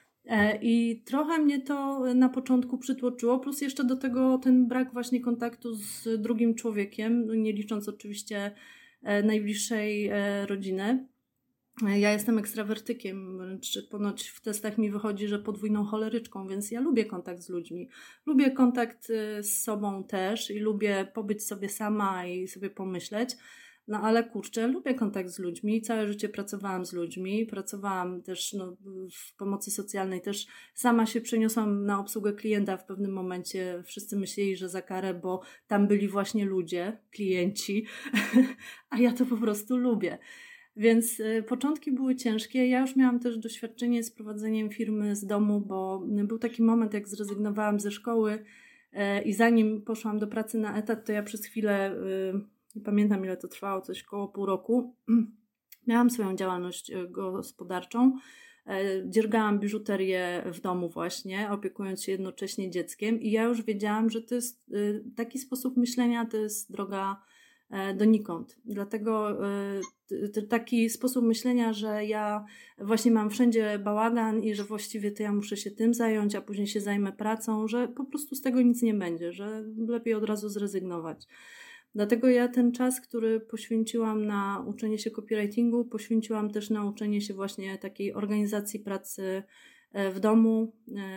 I trochę mnie to na początku przytłoczyło, plus jeszcze do tego ten brak właśnie kontaktu z drugim człowiekiem, nie licząc oczywiście najbliższej rodziny. Ja jestem ekstrawertykiem, wręcz ponoć w testach mi wychodzi, że podwójną choleryczką, więc ja lubię kontakt z ludźmi. Lubię kontakt z sobą też i lubię pobyć sobie sama i sobie pomyśleć. No ale kurczę, lubię kontakt z ludźmi, całe życie pracowałam z ludźmi, pracowałam też no, w pomocy socjalnej, też sama się przeniosłam na obsługę klienta w pewnym momencie, wszyscy myśleli, że za karę, bo tam byli właśnie ludzie, klienci, a ja to po prostu lubię. Więc y, początki były ciężkie, ja już miałam też doświadczenie z prowadzeniem firmy z domu, bo był taki moment, jak zrezygnowałam ze szkoły y, i zanim poszłam do pracy na etat, to ja przez chwilę... Y, nie pamiętam ile to trwało, coś koło pół roku, miałam swoją działalność gospodarczą, dziergałam biżuterię w domu właśnie, opiekując się jednocześnie dzieckiem i ja już wiedziałam, że to jest taki sposób myślenia, to jest droga donikąd. Dlatego taki sposób myślenia, że ja właśnie mam wszędzie bałagan i że właściwie to ja muszę się tym zająć, a później się zajmę pracą, że po prostu z tego nic nie będzie, że lepiej od razu zrezygnować. Dlatego ja ten czas, który poświęciłam na uczenie się copywritingu, poświęciłam też na uczenie się właśnie takiej organizacji pracy w domu,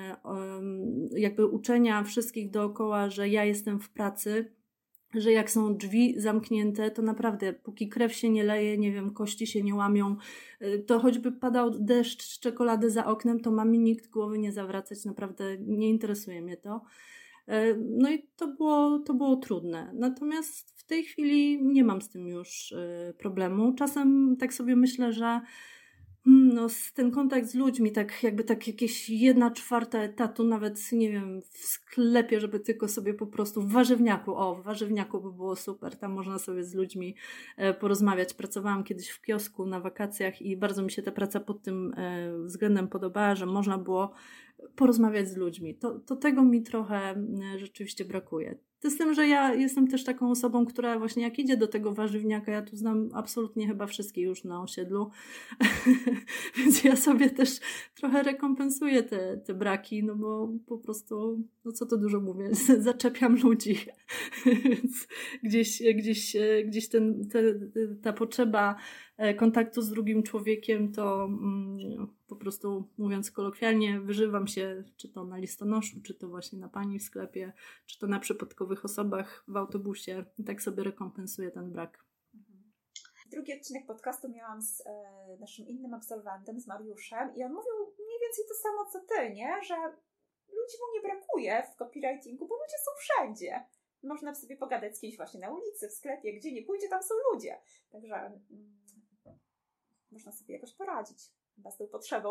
jakby uczenia wszystkich dookoła, że ja jestem w pracy, że jak są drzwi zamknięte, to naprawdę póki krew się nie leje, nie wiem, kości się nie łamią, to choćby padał deszcz z czekolady za oknem, to ma mi nikt głowy nie zawracać, naprawdę nie interesuje mnie to. No i to było, to było trudne. Natomiast w tej chwili nie mam z tym już problemu. Czasem tak sobie myślę, że no, ten kontakt z ludźmi, tak jakby tak jakieś jedna czwarta etatu, nawet nie wiem, w sklepie, żeby tylko sobie po prostu w warzywniaku, o w warzywniaku by było super, tam można sobie z ludźmi porozmawiać. Pracowałam kiedyś w kiosku na wakacjach i bardzo mi się ta praca pod tym względem podobała, że można było porozmawiać z ludźmi. To, to tego mi trochę rzeczywiście brakuje. Z tym, że ja jestem też taką osobą, która właśnie jak idzie do tego warzywniaka, ja tu znam absolutnie chyba wszystkich już na osiedlu, więc ja sobie też trochę rekompensuję te, te braki, no bo po prostu, no co to dużo mówię, zaczepiam ludzi, więc gdzieś, gdzieś, gdzieś ten, te, ta potrzeba kontaktu z drugim człowiekiem, to mm, po prostu mówiąc kolokwialnie, wyżywam się, czy to na listonoszu, czy to właśnie na pani w sklepie, czy to na przypadkowych osobach w autobusie i tak sobie rekompensuję ten brak. Drugi odcinek podcastu miałam z e, naszym innym absolwentem, z Mariuszem i on mówił mniej więcej to samo co ty, nie? Że ludzi mu nie brakuje w copywritingu, bo ludzie są wszędzie. Można sobie pogadać z kimś właśnie na ulicy, w sklepie, gdzie nie pójdzie, tam są ludzie. Także mm, można sobie jakoś poradzić chyba z tą potrzebą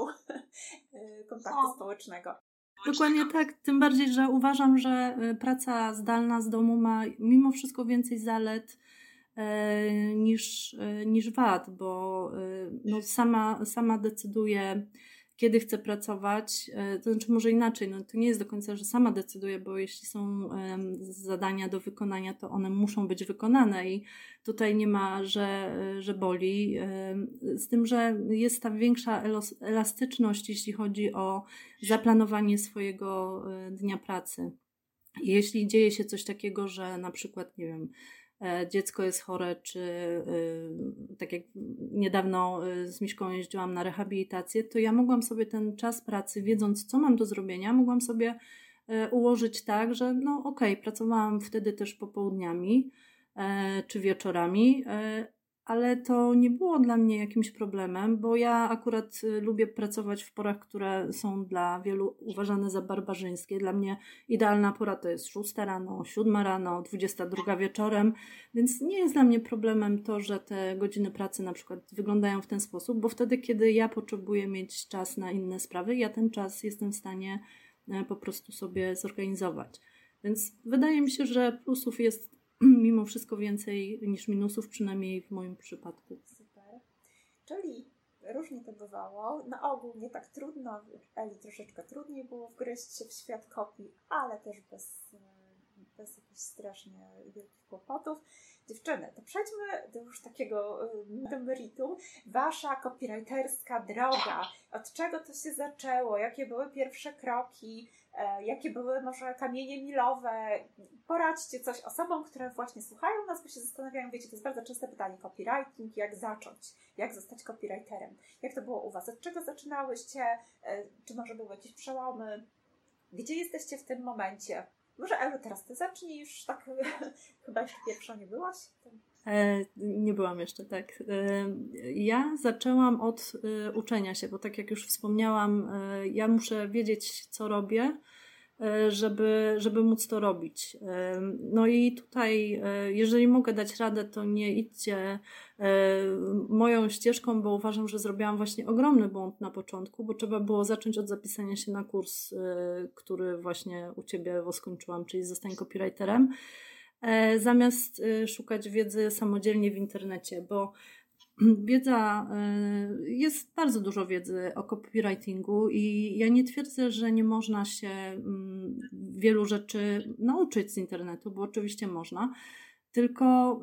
kontaktu no. społecznego. Dokładnie tak, tym bardziej, że uważam, że praca zdalna z domu ma mimo wszystko więcej zalet e, niż, e, niż wad, bo e, no sama, sama decyduję, kiedy chcę pracować, to znaczy może inaczej, no to nie jest do końca, że sama decyduję, bo jeśli są zadania do wykonania, to one muszą być wykonane i tutaj nie ma, że, że boli. Z tym, że jest ta większa elastyczność, jeśli chodzi o zaplanowanie swojego dnia pracy. Jeśli dzieje się coś takiego, że na przykład, nie wiem, dziecko jest chore, czy tak jak niedawno z Miszką jeździłam na rehabilitację, to ja mogłam sobie ten czas pracy, wiedząc co mam do zrobienia, mogłam sobie ułożyć tak, że no okej, okay, pracowałam wtedy też popołudniami czy wieczorami, ale to nie było dla mnie jakimś problemem, bo ja akurat lubię pracować w porach, które są dla wielu uważane za barbarzyńskie. Dla mnie idealna pora to jest szósta rano, siódma rano, dwudziesta druga wieczorem, więc nie jest dla mnie problemem to, że te godziny pracy na przykład wyglądają w ten sposób, bo wtedy, kiedy ja potrzebuję mieć czas na inne sprawy, ja ten czas jestem w stanie po prostu sobie zorganizować. Więc wydaje mi się, że plusów jest mimo wszystko więcej niż minusów, przynajmniej w moim przypadku. Super. Czyli różnie to bywało. Na ogół nie tak trudno, Eli troszeczkę trudniej było wgryźć się w świat kopii, ale też bez, bez jakichś strasznie wielkich kłopotów. Dziewczyny, to przejdźmy do już takiego do meritum. Wasza copywriterska droga. Od czego to się zaczęło? Jakie były pierwsze kroki? E, jakie były może kamienie milowe? Poradźcie coś osobom, które właśnie słuchają nas, bo się zastanawiają, wiecie, to jest bardzo częste pytanie, copywriting, jak zacząć? Jak zostać copywriterem? Jak to było u was? Od czego zaczynałyście? E, czy może były jakieś przełomy? Gdzie jesteście w tym momencie? Może Elu, teraz ty zacznij, tak chyba jeszcze pierwsza nie byłaś? E, nie byłam jeszcze, tak. E, ja zaczęłam od e, uczenia się, bo tak jak już wspomniałam, e, ja muszę wiedzieć, co robię, e, żeby, żeby móc to robić. E, no i tutaj, e, jeżeli mogę dać radę, to nie idźcie e, moją ścieżką, bo uważam, że zrobiłam właśnie ogromny błąd na początku, bo trzeba było zacząć od zapisania się na kurs, e, który właśnie u Ciebie skończyłam, czyli Zostań copywriterem, zamiast szukać wiedzy samodzielnie w internecie, bo wiedza, jest bardzo dużo wiedzy o copywritingu i ja nie twierdzę, że nie można się wielu rzeczy nauczyć z internetu, bo oczywiście można, tylko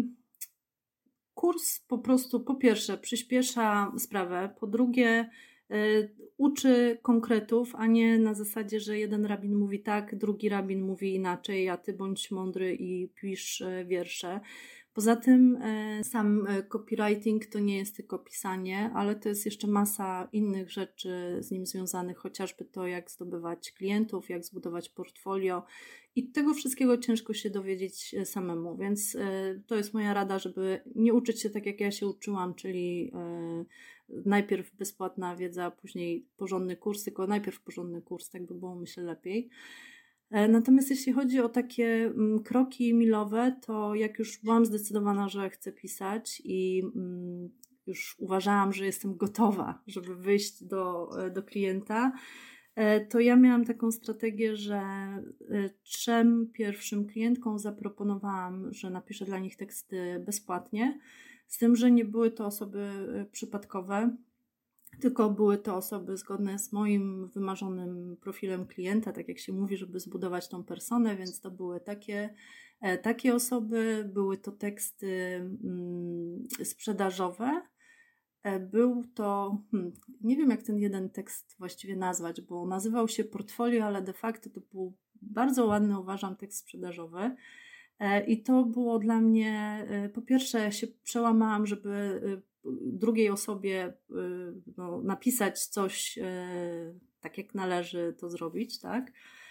kurs po prostu po pierwsze przyspiesza sprawę, po drugie uczy konkretów, a nie na zasadzie, że jeden rabin mówi tak, drugi rabin mówi inaczej, a ty bądź mądry i pisz wiersze. Poza tym sam copywriting to nie jest tylko pisanie, ale to jest jeszcze masa innych rzeczy z nim związanych, chociażby to, jak zdobywać klientów, jak zbudować portfolio i tego wszystkiego ciężko się dowiedzieć samemu, więc to jest moja rada, żeby nie uczyć się tak, jak ja się uczyłam, czyli najpierw bezpłatna wiedza, później porządny kurs, tylko najpierw porządny kurs, tak by było, myślę, lepiej. Natomiast jeśli chodzi o takie kroki milowe, to jak już byłam zdecydowana, że chcę pisać i już uważałam, że jestem gotowa, żeby wyjść do, do klienta, to ja miałam taką strategię, że trzem pierwszym klientkom zaproponowałam, że napiszę dla nich teksty bezpłatnie, z tym, że nie były to osoby przypadkowe, tylko były to osoby zgodne z moim wymarzonym profilem klienta, tak jak się mówi, żeby zbudować tą personę, więc to były takie, takie osoby, były to teksty mm, sprzedażowe. Był to, hmm, nie wiem jak ten jeden tekst właściwie nazwać, bo nazywał się portfolio, ale de facto to był bardzo ładny, uważam, tekst sprzedażowy. I to było dla mnie, po pierwsze się przełamałam, żeby drugiej osobie no, napisać coś tak jak należy to zrobić, tak?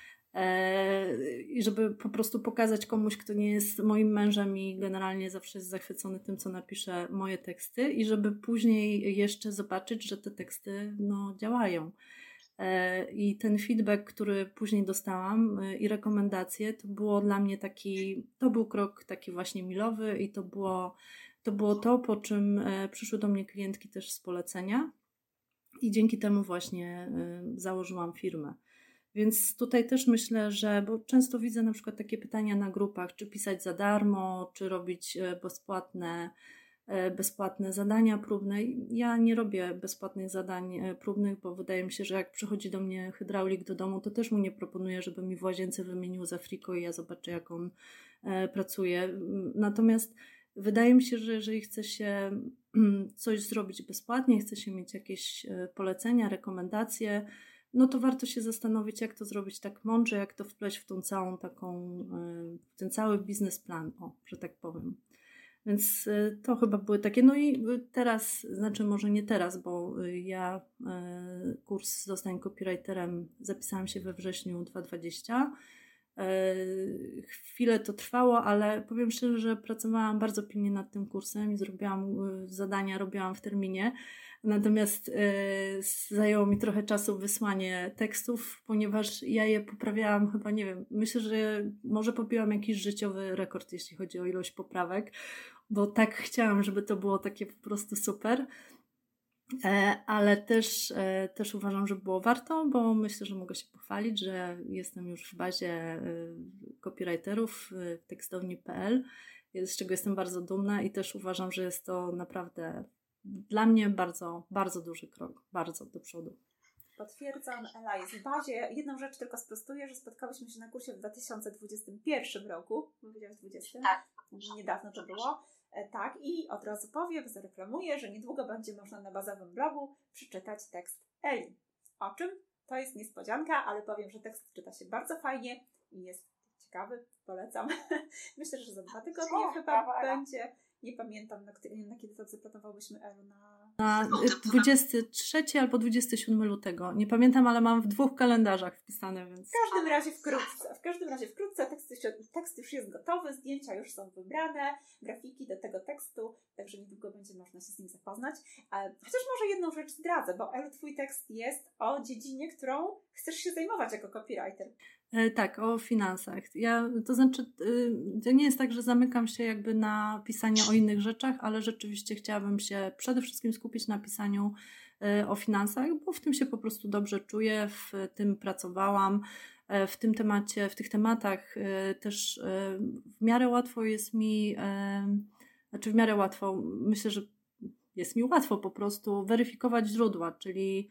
I żeby po prostu pokazać komuś, kto nie jest moim mężem i generalnie zawsze jest zachwycony tym, co napiszę, moje teksty i żeby później jeszcze zobaczyć, że te teksty no, działają. I ten feedback, który później dostałam i rekomendacje, to było dla mnie taki, to był krok taki właśnie milowy i to było to, było to po czym przyszły do mnie klientki też z polecenia i dzięki temu właśnie założyłam firmę. Więc tutaj też myślę, że, bo często widzę na przykład takie pytania na grupach, czy pisać za darmo, czy robić bezpłatne bezpłatne zadania próbne. Ja nie robię bezpłatnych zadań próbnych, bo wydaje mi się, że jak przychodzi do mnie hydraulik do domu, to też mu nie proponuję, żeby mi w łazience wymienił za friko i ja zobaczę, jak on pracuje. Natomiast wydaje mi się, że jeżeli chce się coś zrobić bezpłatnie, chce się mieć jakieś polecenia, rekomendacje, no to warto się zastanowić, jak to zrobić tak mądrze, jak to wpleść w tą całą taką, w ten cały biznesplan, o, że tak powiem. Więc to chyba były takie, no i teraz, znaczy może nie teraz, bo ja kurs Zostań copywriterem zapisałam się we wrześniu dwa tysiące dwudziestym. Chwilę to trwało, ale powiem szczerze, że pracowałam bardzo pilnie nad tym kursem i zrobiłam zadania, robiłam w terminie. Natomiast zajęło mi trochę czasu wysłanie tekstów, ponieważ ja je poprawiałam chyba, nie wiem, myślę, że może pobiłam jakiś życiowy rekord, jeśli chodzi o ilość poprawek, bo tak chciałam, żeby to było takie po prostu super. ale też, też uważam, że było warto, bo myślę, że mogę się pochwalić, że jestem już w bazie copywriterów tekstowni kropka pe el, z czego jestem bardzo dumna i też uważam, że jest to naprawdę dla mnie bardzo, bardzo duży krok, bardzo do przodu. Potwierdzam, Ela jest w bazie. Jedną rzecz tylko sprostuję, że spotkałyśmy się na kursie w dwa tysiące dwudziestym pierwszym roku. Powiedziałaś dwudziestym? Tak. Niedawno to było. E, tak, i od razu powiem, zareklamuję, że niedługo będzie można na bazowym blogu przeczytać tekst Eli. O czym? To jest niespodzianka, ale powiem, że tekst czyta się bardzo fajnie i jest ciekawy. Polecam. Myślę, że za dwa tygodnie o, chyba brawa, będzie. Nie pamiętam, na, który, na kiedy to zaplanowałyśmy Elu na... Na dwudziestego trzeciego albo dwudziestego siódmego lutego. Nie pamiętam, ale mam w dwóch kalendarzach wpisane, więc... W każdym razie wkrótce. W każdym razie wkrótce tekst już, tekst już jest gotowy, zdjęcia już są wybrane, grafiki do tego tekstu, także niedługo będzie można się z nim zapoznać. Chociaż może jedną rzecz zdradzę, bo Elu, twój tekst jest o dziedzinie, którą chcesz się zajmować jako copywriter. Tak, o finansach. Ja, to znaczy, to nie jest tak, że zamykam się jakby na pisanie o innych rzeczach, ale rzeczywiście chciałabym się przede wszystkim skupić na pisaniu o finansach, bo w tym się po prostu dobrze czuję, w tym pracowałam, w tym temacie, w tych tematach też w miarę łatwo jest mi, znaczy w miarę łatwo, myślę, że jest mi łatwo po prostu weryfikować źródła, czyli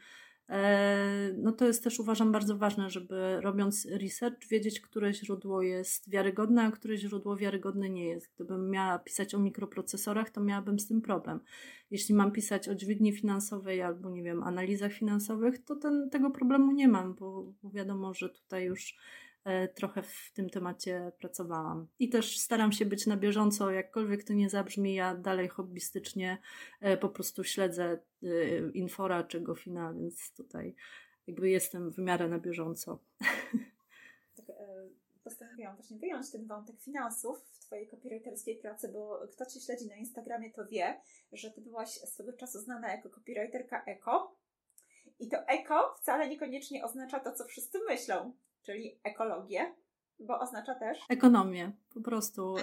no to jest też, uważam, bardzo ważne, żeby robiąc research wiedzieć, które źródło jest wiarygodne, a które źródło wiarygodne nie jest. Gdybym miała pisać o mikroprocesorach, to miałabym z tym problem. Jeśli mam pisać o dźwigni finansowej albo, nie wiem, analizach finansowych, to ten, tego problemu nie mam, bo, bo wiadomo, że tutaj już e, trochę w tym temacie pracowałam. I też staram się być na bieżąco, jakkolwiek to nie zabrzmi, ja dalej hobbystycznie e, po prostu śledzę e, Infora czy Gofina, więc tutaj jakby jestem w miarę na bieżąco. Tak, e, postanowiłam właśnie wyjąć ten wątek finansów w twojej copywriterskiej pracy, bo kto cię śledzi na Instagramie, to wie, że ty byłaś swego czasu znana jako copywriterka eko i to eko wcale niekoniecznie oznacza to, co wszyscy myślą, czyli ekologię, bo oznacza też... Ekonomię, po prostu.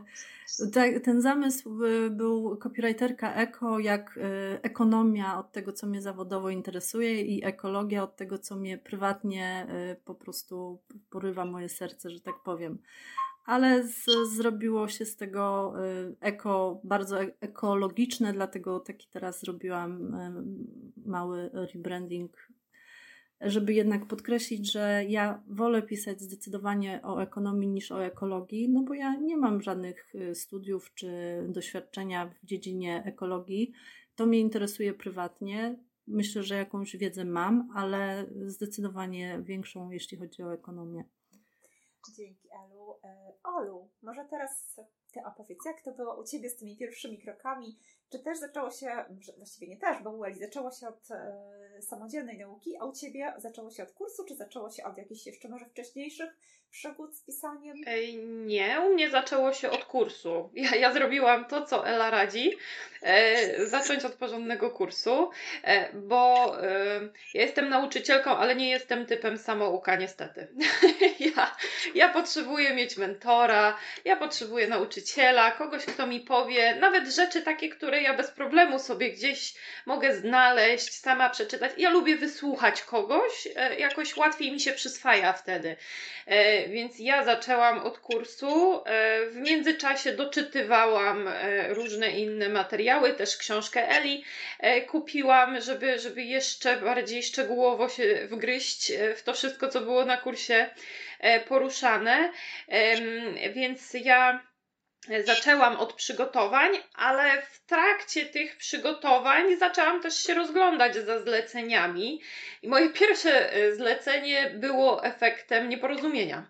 Ten zamysł był copywriterka eko, jak ekonomia od tego, co mnie zawodowo interesuje i ekologia od tego, co mnie prywatnie po prostu porywa moje serce, że tak powiem. Ale z, zrobiło się z tego eko bardzo ekologiczne, dlatego taki teraz zrobiłam mały rebranding, żeby jednak podkreślić, że ja wolę pisać zdecydowanie o ekonomii niż o ekologii, no bo ja nie mam żadnych studiów czy doświadczenia w dziedzinie ekologii. To mnie interesuje prywatnie. Myślę, że jakąś wiedzę mam, ale zdecydowanie większą, jeśli chodzi o ekonomię. Dzięki, Elu. Olu, może teraz ty opowiedz, jak to było u ciebie z tymi pierwszymi krokami? Czy też zaczęło się, właściwie nie też, bo u Eli zaczęło się od e, samodzielnej nauki, a u ciebie zaczęło się od kursu, czy zaczęło się od jakichś jeszcze może wcześniejszych przygód z pisaniem? Nie, u mnie zaczęło się od kursu. Ja, ja zrobiłam to, co Ela radzi, e, zacząć od porządnego kursu, e, bo e, ja jestem nauczycielką, ale nie jestem typem samouka, niestety. ja, ja potrzebuję mieć mentora, ja potrzebuję nauczyciela, kogoś, kto mi powie, nawet rzeczy takie, które ja bez problemu sobie gdzieś mogę znaleźć, sama przeczytać. Ja lubię wysłuchać kogoś, e, jakoś łatwiej mi się przyswaja wtedy. E, Więc ja zaczęłam od kursu, w międzyczasie doczytywałam różne inne materiały, też książkę Eli kupiłam, żeby, żeby jeszcze bardziej szczegółowo się wgryźć w to wszystko, co było na kursie poruszane, więc ja zaczęłam od przygotowań, ale w trakcie tych przygotowań zaczęłam też się rozglądać za zleceniami i moje pierwsze zlecenie było efektem nieporozumienia,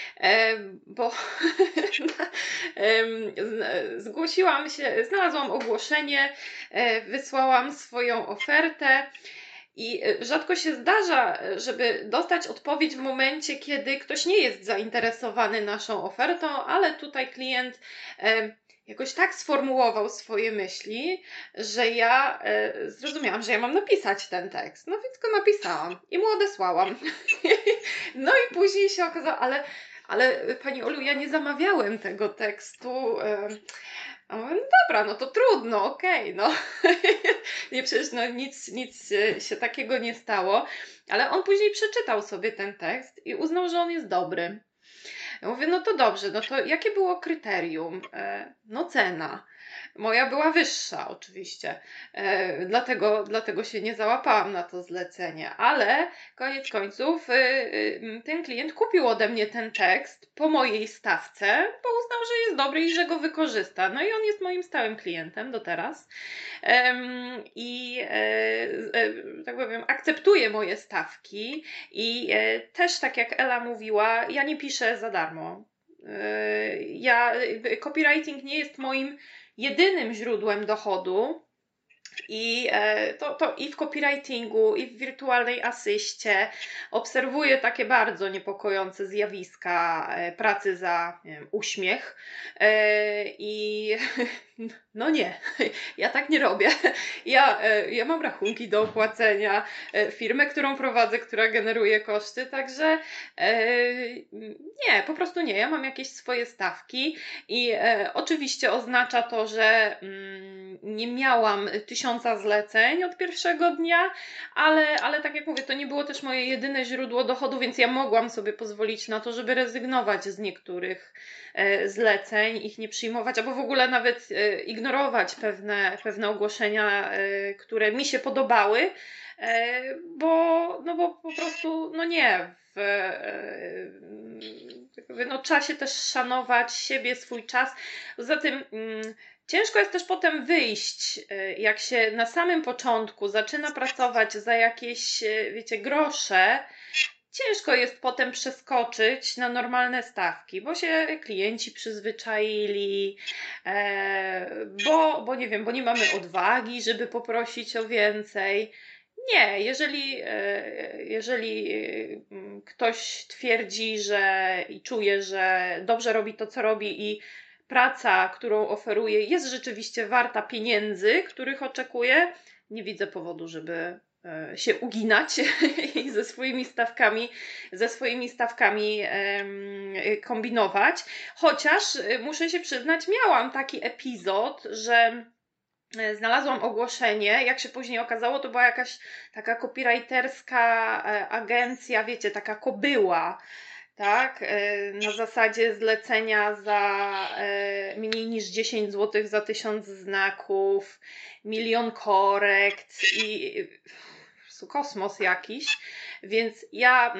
bo zgłosiłam się, znalazłam ogłoszenie, wysłałam swoją ofertę. I rzadko się zdarza, żeby dostać odpowiedź w momencie, kiedy ktoś nie jest zainteresowany naszą ofertą, ale tutaj klient e, jakoś tak sformułował swoje myśli, że ja e, zrozumiałam, że ja mam napisać ten tekst. No więc go napisałam i mu odesłałam. No i później się okazało, ale ale Pani Olu, ja nie zamawiałem tego tekstu. A mówię, no dobra, no to trudno, okej, okay, no. Nie, przecież no nic, nic się takiego nie stało. Ale on później przeczytał sobie ten tekst i uznał, że on jest dobry. Ja mówię, no to dobrze, no to jakie było kryterium? No cena. Moja była wyższa oczywiście, e, dlatego, dlatego się nie załapałam na to zlecenie, ale koniec końców y, y, ten klient kupił ode mnie ten tekst po mojej stawce, bo uznał, że jest dobry i że go wykorzysta. No i on jest moim stałym klientem do teraz. Um, I e, e, tak powiem, akceptuje moje stawki i e, też tak jak Ela mówiła, ja nie piszę za darmo. E, ja, copywriting nie jest moim jedynym źródłem dochodu i e, to, to i w copywritingu, i w wirtualnej asyście obserwuję takie bardzo niepokojące zjawiska e, pracy za nie wiem, uśmiech e, i no nie, ja tak nie robię. Ja, e, ja mam rachunki do opłacenia, e, firmę, którą prowadzę, która generuje koszty, także e, nie, po prostu nie. Ja mam jakieś swoje stawki i e, oczywiście oznacza to, że mm, nie miałam tysiąca zleceń od pierwszego dnia, ale, ale tak jak mówię, to nie było też moje jedyne źródło dochodu, więc ja mogłam sobie pozwolić na to, żeby rezygnować z niektórych e, zleceń, ich nie przyjmować, albo w ogóle nawet e, ignorować pewne, pewne ogłoszenia, e, które mi się podobały, e, bo, no bo po prostu, no nie, w, e, no trzeba się też szanować siebie, swój czas. Poza tym mm, ciężko jest też potem wyjść, jak się na samym początku zaczyna pracować za jakieś, wiecie, grosze, ciężko jest potem przeskoczyć na normalne stawki, bo się klienci przyzwyczaili, e, bo, bo nie wiem, bo nie mamy odwagi, żeby poprosić o więcej. Nie, jeżeli, jeżeli ktoś twierdzi, że i czuje, że dobrze robi to, co robi i praca, którą oferuje, jest rzeczywiście warta pieniędzy, których oczekuje, nie widzę powodu, żeby się uginać i ze swoimi stawkami, ze swoimi stawkami kombinować. Chociaż muszę się przyznać, miałam taki epizod, że znalazłam ogłoszenie, jak się później okazało, to była jakaś taka copywriterska agencja, wiecie, taka kobyła, tak, na zasadzie zlecenia za mniej niż dziesięć złotych za tysiąc znaków, milion korekt i kosmos jakiś, więc ja...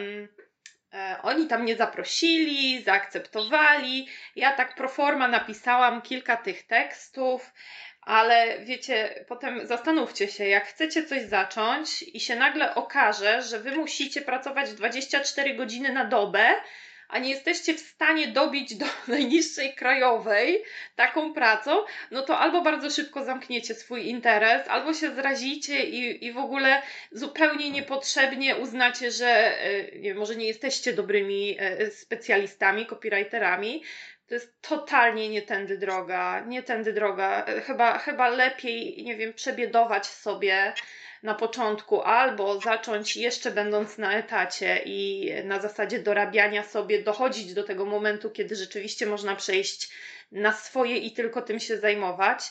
Oni tam mnie zaprosili, zaakceptowali, ja tak pro forma napisałam kilka tych tekstów, ale wiecie, potem zastanówcie się, jak chcecie coś zacząć i się nagle okaże, że wy musicie pracować dwadzieścia cztery godziny na dobę, a nie jesteście w stanie dobić do najniższej krajowej taką pracą, no to albo bardzo szybko zamkniecie swój interes, albo się zrazicie i, i w ogóle zupełnie niepotrzebnie uznacie, że nie, może nie jesteście dobrymi specjalistami, copywriterami. To jest totalnie nie tędy droga, nie tędy droga. Chyba, chyba lepiej, nie wiem, przebiedować sobie na początku albo zacząć jeszcze będąc na etacie i na zasadzie dorabiania sobie dochodzić do tego momentu, kiedy rzeczywiście można przejść na swoje i tylko tym się zajmować.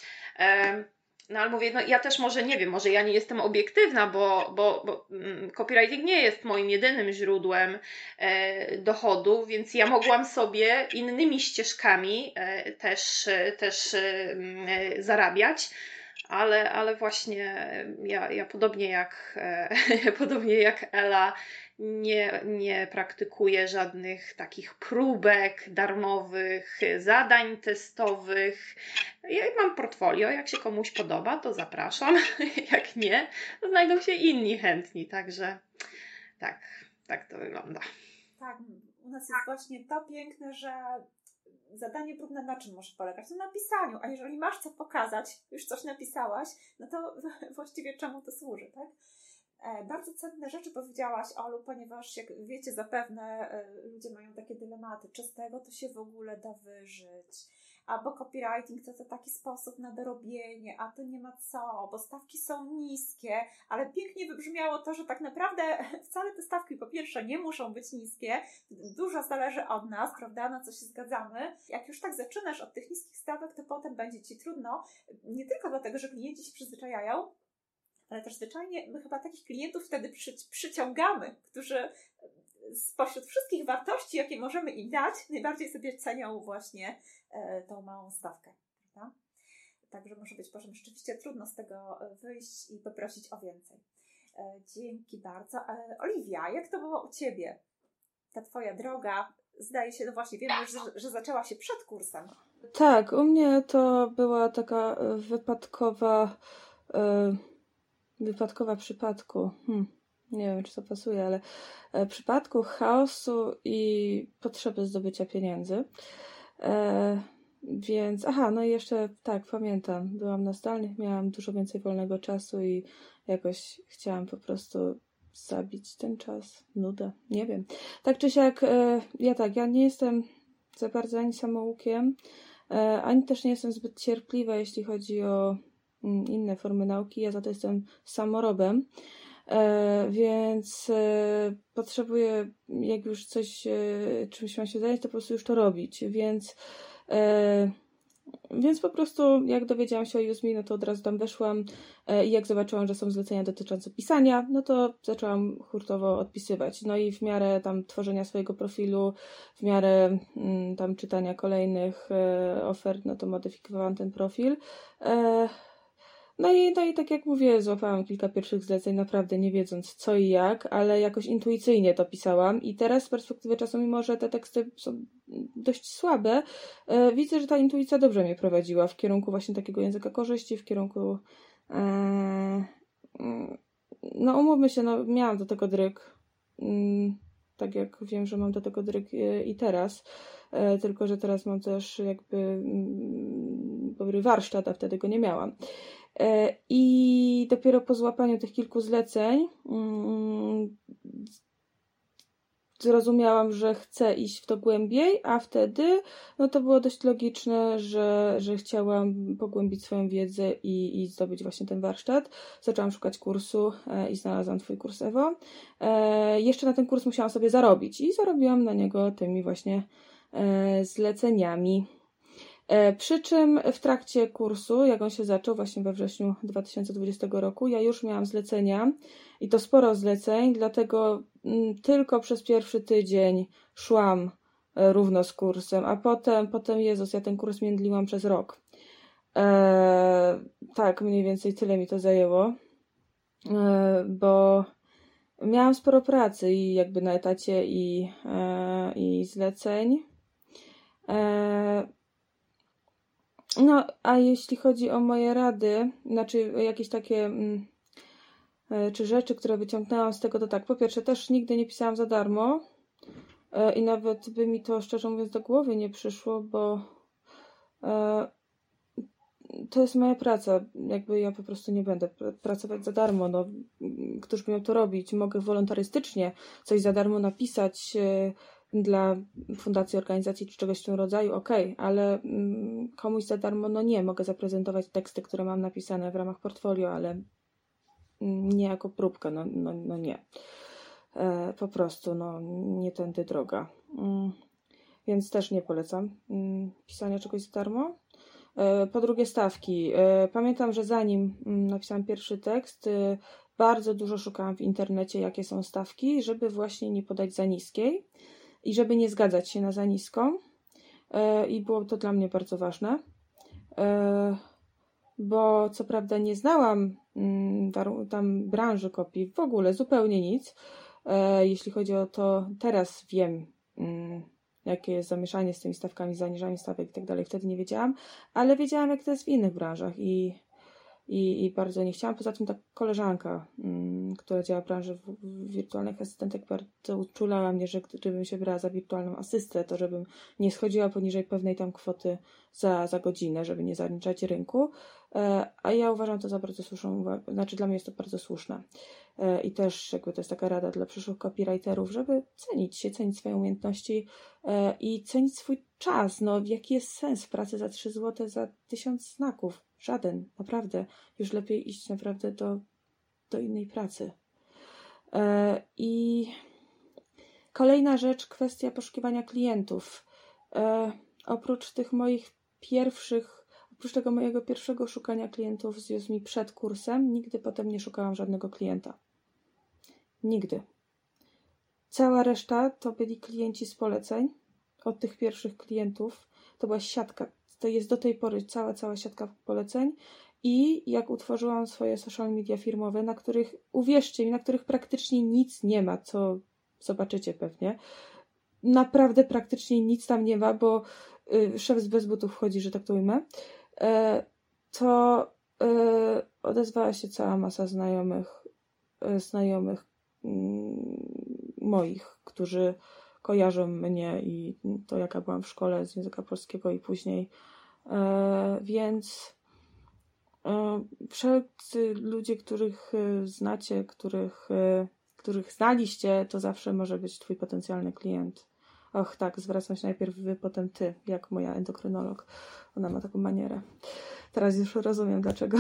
No ale mówię, no ja też może nie wiem, może ja nie jestem obiektywna, bo, bo, bo copywriting nie jest moim jedynym źródłem e, dochodu, więc ja mogłam sobie innymi ścieżkami e, też, też e, zarabiać. Ale, ale właśnie ja, ja podobnie jak e, podobnie jak Ela nie, nie praktykuję żadnych takich próbek darmowych, zadań testowych. Ja mam portfolio, jak się komuś podoba, to zapraszam. Jak nie, to znajdą się inni chętni. Także tak, tak to wygląda. Tak, u nas jest właśnie to piękne, że zadanie próbne na czym może polegać? No na pisaniu, a jeżeli masz co pokazać, już coś napisałaś, no to właściwie czemu to służy, tak? Bardzo cenne rzeczy powiedziałaś, Olu, ponieważ jak wiecie, zapewne ludzie mają takie dylematy, czy z tego to się w ogóle da wyżyć, albo copywriting to, to taki sposób na dorobienie, a to nie ma co, bo stawki są niskie, ale pięknie wybrzmiało to, że tak naprawdę wcale te stawki po pierwsze nie muszą być niskie, dużo zależy od nas, prawda, na co się zgadzamy. Jak już tak zaczynasz od tych niskich stawek, to potem będzie Ci trudno, nie tylko dlatego, że klienci się przyzwyczajają, ale też zwyczajnie my chyba takich klientów wtedy przy, przyciągamy, którzy spośród wszystkich wartości, jakie możemy im dać, najbardziej sobie cenią właśnie e, tą małą stawkę, prawda? Także może być potem rzeczywiście trudno z tego wyjść i poprosić o więcej. E, dzięki bardzo. E, Oliwia, jak to było u Ciebie? Ta Twoja droga, zdaje się, no właśnie wiem już, że, że zaczęła się przed kursem. Tak, u mnie to była taka wypadkowa... Y- Wypadkowa przypadku. Hmm, nie wiem, czy to pasuje, ale e, przypadku chaosu i potrzeby zdobycia pieniędzy. E, więc, aha, no i jeszcze tak, pamiętam, byłam na zdalnych, miałam dużo więcej wolnego czasu i jakoś chciałam po prostu zabić ten czas. Nudę, nie wiem. Tak czy siak, e, ja tak, ja nie jestem za bardzo ani samoukiem, e, ani też nie jestem zbyt cierpliwa, jeśli chodzi o inne formy nauki. Ja za to jestem samorobem, e, więc e, potrzebuję, jak już coś, e, czymś mam się zająć, to po prostu już to robić, więc e, więc po prostu jak dowiedziałam się o Udemy, no to od razu tam weszłam e, i jak zobaczyłam, że są zlecenia dotyczące pisania, no to zaczęłam hurtowo odpisywać. No i w miarę tam tworzenia swojego profilu, w miarę m, tam czytania kolejnych e, ofert, no to modyfikowałam ten profil. E, No i, no i tak jak mówię, złapałam kilka pierwszych zleceń, naprawdę nie wiedząc co i jak, ale jakoś intuicyjnie to pisałam i teraz z perspektywy czasu, mimo że te teksty są dość słabe, e, widzę, że ta intuicja dobrze mnie prowadziła w kierunku właśnie takiego języka korzyści, w kierunku e, no umówmy się, no miałam do tego dryg, mm, tak jak wiem, że mam do tego dryg e, i teraz, e, tylko że teraz mam też jakby mm, dobry warsztat, a wtedy go nie miałam. I dopiero po złapaniu tych kilku zleceń mm, zrozumiałam, że chcę iść w to głębiej, a wtedy no to było dość logiczne, że, że chciałam pogłębić swoją wiedzę i, i zdobyć właśnie ten warsztat. Zaczęłam szukać kursu e, i znalazłam Twój kurs, Ewo. E, jeszcze na ten kurs musiałam sobie zarobić i zarobiłam na niego tymi właśnie e, zleceniami. Przy czym w trakcie kursu, jak on się zaczął właśnie we wrześniu dwa tysiące dwudziestego roku, ja już miałam zlecenia i to sporo zleceń, dlatego tylko przez pierwszy tydzień szłam równo z kursem, a potem, potem Jezus, ja ten kurs międliłam przez rok. Eee, tak, mniej więcej tyle mi to zajęło, eee, bo miałam sporo pracy i jakby na etacie i, eee, i zleceń. Eee, No, a jeśli chodzi o moje rady, znaczy jakieś takie mm, czy rzeczy, które wyciągnęłam z tego, to tak, po pierwsze też nigdy nie pisałam za darmo e, i nawet by mi to szczerze mówiąc do głowy nie przyszło, bo e, to jest moja praca, jakby ja po prostu nie będę pracować za darmo, no, któż by miał to robić, mogę wolontarystycznie coś za darmo napisać e, dla fundacji, organizacji czy czegoś w tym rodzaju, okej, okay, ale mm, komuś za darmo, no nie, mogę zaprezentować teksty, które mam napisane w ramach portfolio, ale mm, nie jako próbkę, no, no, no nie. E, po prostu, no nie tędy droga. Mm, więc też nie polecam mm, pisania czegoś za darmo. E, po drugie stawki. E, pamiętam, że zanim mm, napisałam pierwszy tekst, e, bardzo dużo szukałam w internecie, jakie są stawki, żeby właśnie nie podać za niskiej. I żeby nie zgadzać się na za niską. E, I było to dla mnie bardzo ważne. E, bo co prawda nie znałam mm, tam branży kopii, w ogóle zupełnie nic. E, jeśli chodzi o to, teraz wiem, mm, jakie jest zamieszanie z tymi stawkami, zaniżanie stawek i tak dalej. Wtedy nie wiedziałam, ale wiedziałam, jak to jest w innych branżach. I, i, i bardzo nie chciałam. Poza tym ta koleżanka, mm, która działa w branży w, w wirtualnych asystentek, bardzo uczulała mnie, że gdybym się brała za wirtualną asystę, to żebym nie schodziła poniżej pewnej tam kwoty za, za godzinę, żeby nie zaniczać rynku. E, a ja uważam to za bardzo słuszną uwagę. Znaczy dla mnie jest to bardzo słuszne. E, I też jakby to jest taka rada dla przyszłych copywriterów, żeby cenić się, cenić swoje umiejętności e, i cenić swój czas. No jaki jest sens pracy za trzy złote za tysiąc znaków? Żaden, naprawdę. Już lepiej iść naprawdę do, do innej pracy. E, I kolejna rzecz, kwestia poszukiwania klientów. E, oprócz tych moich pierwszych, oprócz tego mojego pierwszego szukania klientów z Udemy przed kursem, nigdy potem nie szukałam żadnego klienta. Nigdy. Cała reszta to byli klienci z poleceń. Od tych pierwszych klientów to była siatka. To jest do tej pory cała, cała siatka poleceń i jak utworzyłam swoje social media firmowe, na których, uwierzcie mi, na których praktycznie nic nie ma, co zobaczycie pewnie. Naprawdę praktycznie nic tam nie ma, bo y, szef z bez butów wchodzi, że tak to ujmę. E, to e, odezwała się cała masa znajomych, e, znajomych mm, moich, którzy kojarzą mnie i to, jaka byłam w szkole z języka polskiego i później. E, więc e, wszelcy ludzie, których e, znacie, których, e, których znaliście, to zawsze może być twój potencjalny klient. Och tak, zwracam się najpierw wy, potem ty, jak moja endokrynolog. Ona ma taką manierę. Teraz już rozumiem dlaczego.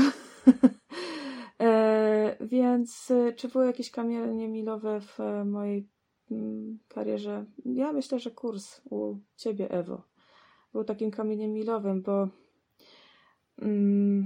e, więc czy były jakieś kamienie milowe w mojej karierze? Ja myślę, że kurs u ciebie, Ewo, był takim kamieniem milowym, bo mm,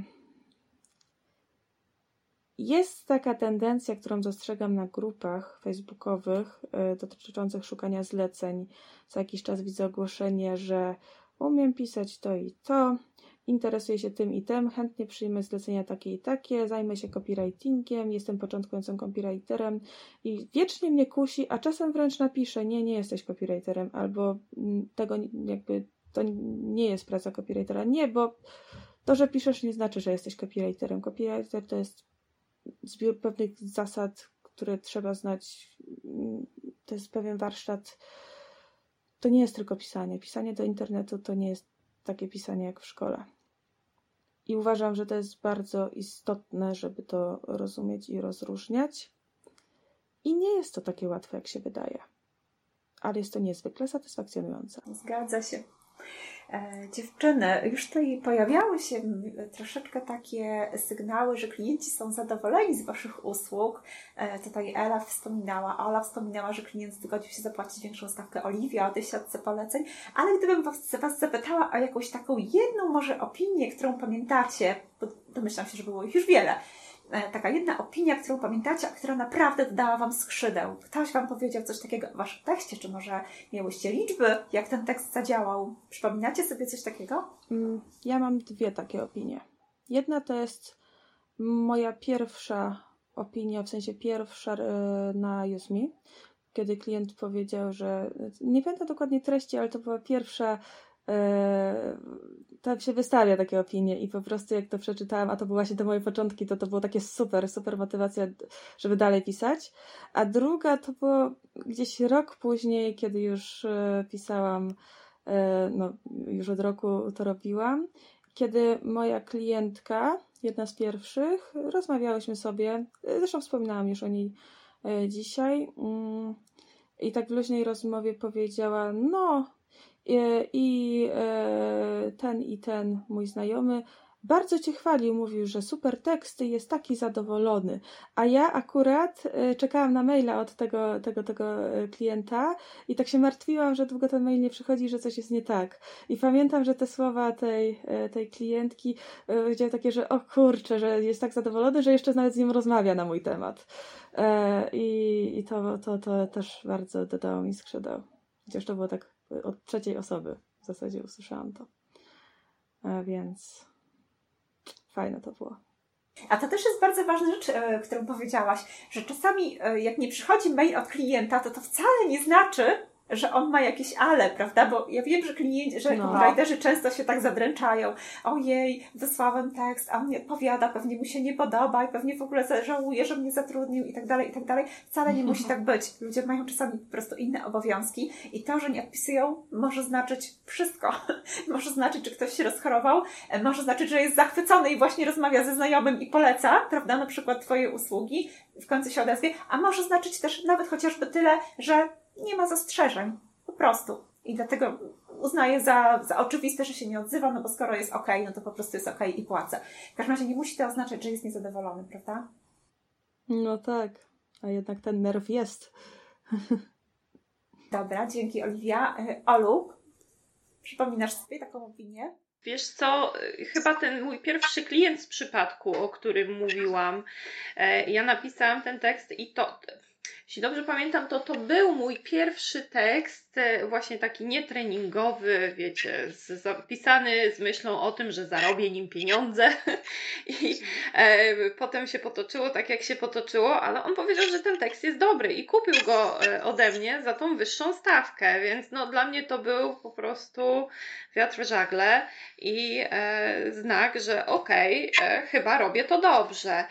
jest taka tendencja, którą dostrzegam na grupach facebookowych y, dotyczących szukania zleceń. Co jakiś czas widzę ogłoszenie, że umiem pisać to i to, interesuję się tym i tym, chętnie przyjmę zlecenia takie i takie, zajmę się copywritingiem, jestem początkującym copywriterem i wiecznie mnie kusi, a czasem wręcz napiszę, nie, nie jesteś copywriterem, albo tego jakby to nie jest praca copywritera. Nie, bo to, że piszesz, nie znaczy, że jesteś copywriterem. Copywriter to jest zbiór pewnych zasad, które trzeba znać. To jest pewien warsztat. To nie jest tylko pisanie. Pisanie do internetu to nie jest takie pisanie jak w szkole. I uważam, że to jest bardzo istotne, żeby to rozumieć i rozróżniać. I nie jest to takie łatwe, jak się wydaje. Ale jest to niezwykle satysfakcjonujące. Zgadza się. E, dziewczyny, już tutaj pojawiały się troszeczkę takie sygnały, że klienci są zadowoleni z waszych usług. E, tutaj Ela wspominała, Ola wspominała, że klient zgodził się zapłacić większą stawkę Oliwia o tej siatce poleceń, ale gdybym was, was zapytała o jakąś taką jedną może opinię, którą pamiętacie, bo domyślam się, że było ich już wiele, taka jedna opinia, którą pamiętacie, a która naprawdę dodała wam skrzydeł. Ktoś wam powiedział coś takiego w waszym tekście, czy może miałyście liczby, jak ten tekst zadziałał? Przypominacie sobie coś takiego? Ja mam dwie takie opinie. Jedna to jest moja pierwsza opinia, w sensie pierwsza na Udemy, kiedy klient powiedział, że nie pamiętam dokładnie treści, ale to była pierwsza. Tam się wystawia takie opinie i po prostu jak to przeczytałam, a to były właśnie te moje początki, to to było takie super, super motywacja, żeby dalej pisać. A druga to było gdzieś rok później, kiedy już pisałam, no już od roku to robiłam, kiedy moja klientka, jedna z pierwszych, rozmawiałyśmy sobie, zresztą wspominałam już o niej dzisiaj i tak w luźnej rozmowie powiedziała, no I, i e, ten i ten mój znajomy bardzo cię chwalił, mówił, że super teksty, jest taki zadowolony. A ja akurat e, czekałam na maila od tego, tego, tego klienta i tak się martwiłam, że długo ten mail nie przychodzi, że coś jest nie tak. I pamiętam, że te słowa tej, tej klientki e, powiedziały takie, że o kurczę, że jest tak zadowolony, że jeszcze nawet z nim rozmawia na mój temat. E, I i to, to, to też bardzo dodało mi skrzydeł. Chociaż to było tak od trzeciej osoby w zasadzie usłyszałam to. A więc fajne to było. A to też jest bardzo ważna rzecz, e, którą powiedziałaś, że czasami e, jak nie przychodzi mail od klienta, to to wcale nie znaczy, że on ma jakieś ale, prawda? Bo ja wiem, że klienci, że No. copywriterzy często się tak zadręczają. Ojej, wysłałem tekst, a on nie odpowiada, pewnie mu się nie podoba i pewnie w ogóle żałuje, że mnie zatrudnił i tak dalej, i tak dalej. Wcale nie musi tak być. Ludzie mają czasami po prostu inne obowiązki i to, że nie odpisują, może znaczyć wszystko. Może znaczyć, że ktoś się rozchorował, może znaczyć, że jest zachwycony i właśnie rozmawia ze znajomym i poleca, prawda, na przykład Twoje usługi, w końcu się odezwie, a może znaczyć też nawet chociażby tyle, że nie ma zastrzeżeń. Po prostu. I dlatego uznaję za, za oczywiste, że się nie odzywa, no bo skoro jest okej, no to po prostu jest okej i płacę. W każdym razie nie musi to oznaczać, że jest niezadowolony, prawda? No tak, a jednak ten nerw jest. Dobra, dzięki Oliwia. Olu, przypominasz sobie taką opinię? Wiesz co, chyba ten mój pierwszy klient z przypadku, o którym mówiłam, ja napisałam ten tekst i to, jeśli dobrze pamiętam, to to był mój pierwszy tekst, właśnie taki nietreningowy, wiecie, z, zapisany z myślą o tym, że zarobię nim pieniądze i e, potem się potoczyło tak, jak się potoczyło, ale on powiedział, że ten tekst jest dobry i kupił go ode mnie za tą wyższą stawkę, więc no dla mnie to był po prostu wiatr w żagle i e, znak, że okej, okay, chyba robię to dobrze. E,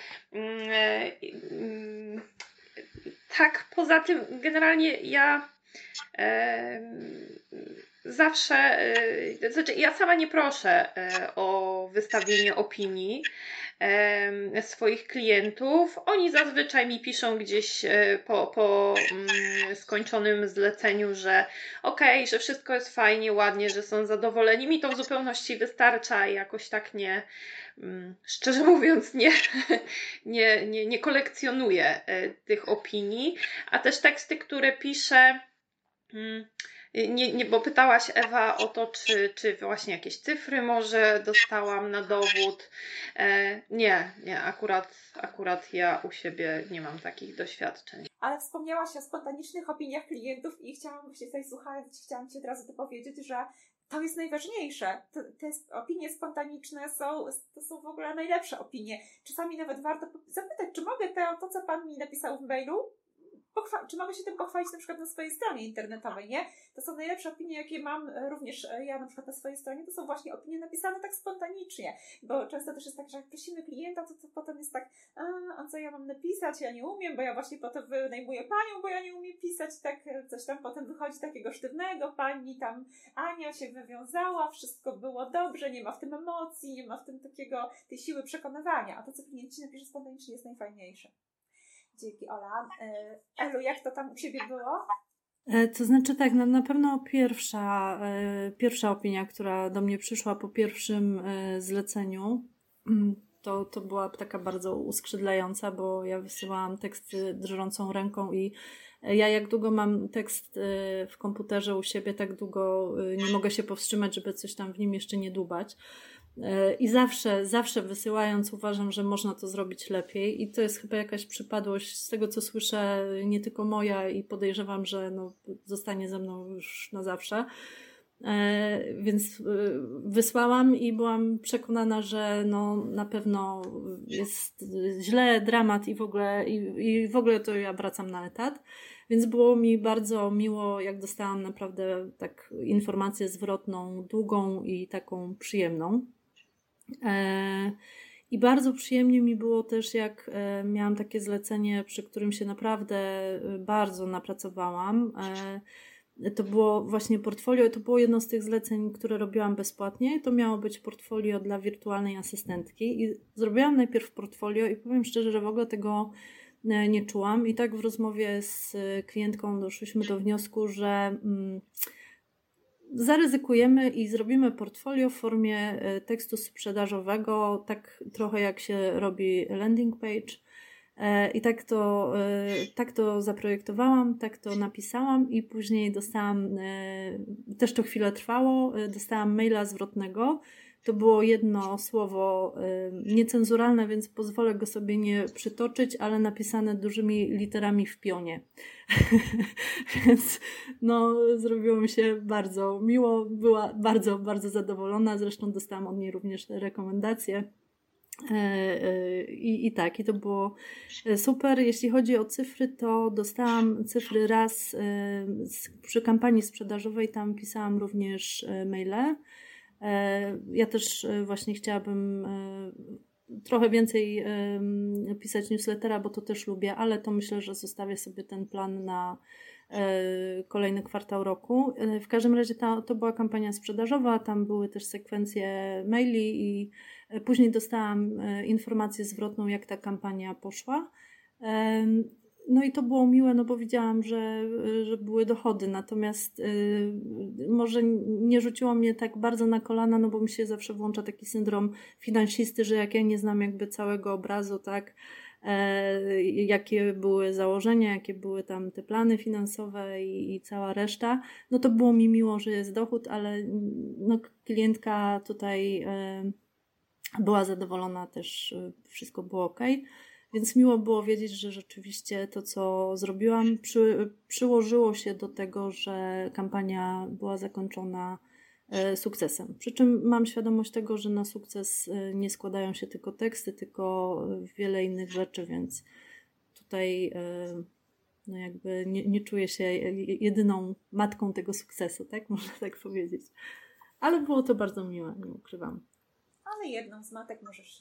e, Tak, poza tym generalnie ja e, zawsze, e, znaczy ja sama nie proszę e, o wystawienie opinii e, swoich klientów. Oni zazwyczaj mi piszą gdzieś e, po, po mm, skończonym zleceniu, że okej, okay, że wszystko jest fajnie, ładnie, że są zadowoleni. Mi to w zupełności wystarcza i jakoś tak nie... Szczerze mówiąc, nie, nie, nie, nie kolekcjonuję tych opinii, a też teksty, które piszę, nie, nie, bo pytałaś Ewa o to, czy, czy właśnie jakieś cyfry może dostałam na dowód. Nie, nie, akurat, akurat ja u siebie nie mam takich doświadczeń. Ale wspomniałaś o spontanicznych opiniach klientów i chciałam właśnie tutaj słuchając, chciałam Ci od razu to powiedzieć, że to jest najważniejsze. Te, te opinie spontaniczne są, to są w ogóle najlepsze opinie. Czasami nawet warto zapytać, czy mogę to, to co Pan mi napisał w mailu, pochwa- czy mogę się tym pochwalić na przykład na swojej stronie internetowej, nie? To są najlepsze opinie, jakie mam również ja na przykład na swojej stronie, to są właśnie opinie napisane tak spontanicznie, bo często też jest tak, że jak prosimy klienta, to, to potem jest tak, a, a co ja mam napisać, ja nie umiem, bo ja właśnie potem wynajmuję panią, bo ja nie umiem pisać, tak coś tam potem wychodzi takiego sztywnego, pani tam Ania się wywiązała, wszystko było dobrze, nie ma w tym emocji, nie ma w tym takiego, tej siły przekonywania, a to co klienci napisze spontanicznie jest najfajniejsze. Dzięki, Ola. Elu, jak to tam u Ciebie było? To znaczy tak, no na pewno pierwsza, pierwsza opinia, która do mnie przyszła po pierwszym zleceniu, to, to była taka bardzo uskrzydlająca, bo ja wysyłałam teksty drżącą ręką i ja jak długo mam tekst w komputerze u siebie, tak długo nie mogę się powstrzymać, żeby coś tam w nim jeszcze nie dłubać. I zawsze, zawsze wysyłając uważam, że można to zrobić lepiej i to jest chyba jakaś przypadłość z tego, co słyszę, nie tylko moja i podejrzewam, że no, zostanie ze mną już na zawsze. E, więc wysłałam i byłam przekonana, że no, na pewno jest źle, dramat i w ogóle, i, i w ogóle to ja wracam na etat. Więc było mi bardzo miło, jak dostałam naprawdę tak informację zwrotną, długą i taką przyjemną. E, I bardzo przyjemnie mi było też, jak e, miałam takie zlecenie, przy którym się naprawdę bardzo napracowałam. E, to było właśnie portfolio, to było jedno z tych zleceń, które robiłam bezpłatnie. To miało być portfolio dla wirtualnej asystentki i zrobiłam najpierw portfolio i powiem szczerze, że w ogóle tego nie czułam i tak w rozmowie z klientką doszłyśmy do wniosku, że mm, zaryzykujemy i zrobimy portfolio w formie tekstu sprzedażowego, tak trochę jak się robi landing page. I tak to, tak to zaprojektowałam, tak to napisałam i później dostałam, też to chwilę trwało, dostałam maila zwrotnego. To było jedno słowo niecenzuralne, więc pozwolę go sobie nie przytoczyć, ale napisane dużymi literami w pionie. Więc no, zrobiło mi się bardzo miło, była bardzo, bardzo zadowolona. Zresztą dostałam od niej również rekomendacje. I, I tak, i to było super. Jeśli chodzi o cyfry, to dostałam cyfry raz przy kampanii sprzedażowej, tam pisałam również maile. Ja też właśnie chciałabym trochę więcej pisać newslettera, bo to też lubię, ale to myślę, że zostawię sobie ten plan na kolejny kwartał roku. W każdym razie ta, to była kampania sprzedażowa, tam były też sekwencje maili i później dostałam informację zwrotną, jak ta kampania poszła. No i to było miłe, no bo widziałam, że, że były dochody, natomiast może nie rzuciło mnie tak bardzo na kolana, no bo mi się zawsze włącza taki syndrom finansisty, że jak ja nie znam jakby całego obrazu, tak, jakie były założenia, jakie były tam te plany finansowe i, i cała reszta, no to było mi miło, że jest dochód, ale no, klientka tutaj była zadowolona też, wszystko było ok, więc miło było wiedzieć, że rzeczywiście to, co zrobiłam, przy, przyłożyło się do tego, że kampania była zakończona sukcesem. Przy czym mam świadomość tego, że na sukces nie składają się tylko teksty, tylko wiele innych rzeczy, więc tutaj no jakby nie, nie czuję się jedyną matką tego sukcesu, tak? Można tak powiedzieć. Ale było to bardzo miłe, nie ukrywam. Ale jedną z matek możesz...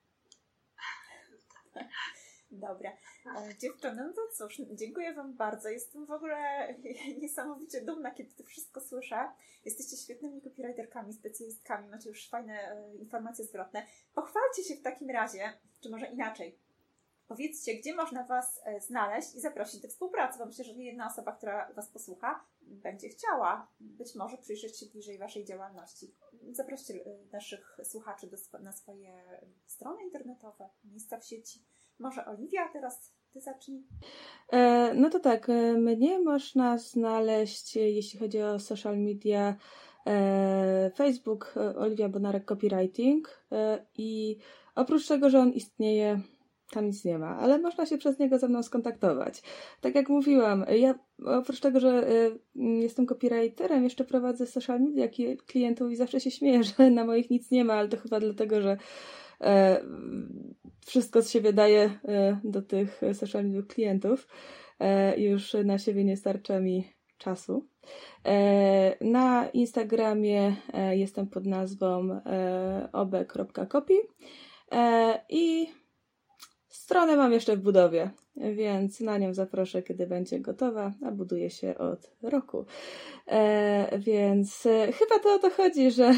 Dobra. Dziewczyny, no to cóż, dziękuję Wam bardzo. Jestem w ogóle niesamowicie dumna, kiedy to wszystko słyszę. Jesteście świetnymi copywriterkami, specjalistkami, macie już fajne informacje zwrotne. Pochwalcie się w takim razie, czy może inaczej. Powiedzcie, gdzie można Was znaleźć i zaprosić do współpracy, bo myślę, że nie jedna osoba, która Was posłucha, będzie chciała być może przyjrzeć się bliżej Waszej działalności. Zaproście naszych słuchaczy do, na swoje strony internetowe, miejsca w sieci. Może Oliwia, teraz Ty zacznij. E, no to tak, mnie można znaleźć, jeśli chodzi o social media, e, Facebook, Oliwia Bonarek Copywriting e, i oprócz tego, że on istnieje, tam nic nie ma, ale można się przez niego ze mną skontaktować. Tak jak mówiłam, ja oprócz tego, że y, jestem copywriterem, jeszcze prowadzę social media klientów i zawsze się śmieję, że na moich nic nie ma, ale to chyba dlatego, że y, wszystko z siebie daję y, do tych social media klientów i y, już na siebie nie starcza mi czasu. Y, na Instagramie y, jestem pod nazwą y, obe kropka copy y, i stronę mam jeszcze w budowie, więc na nią zaproszę, kiedy będzie gotowa, a buduje się od roku. E, więc e, chyba to o to chodzi, że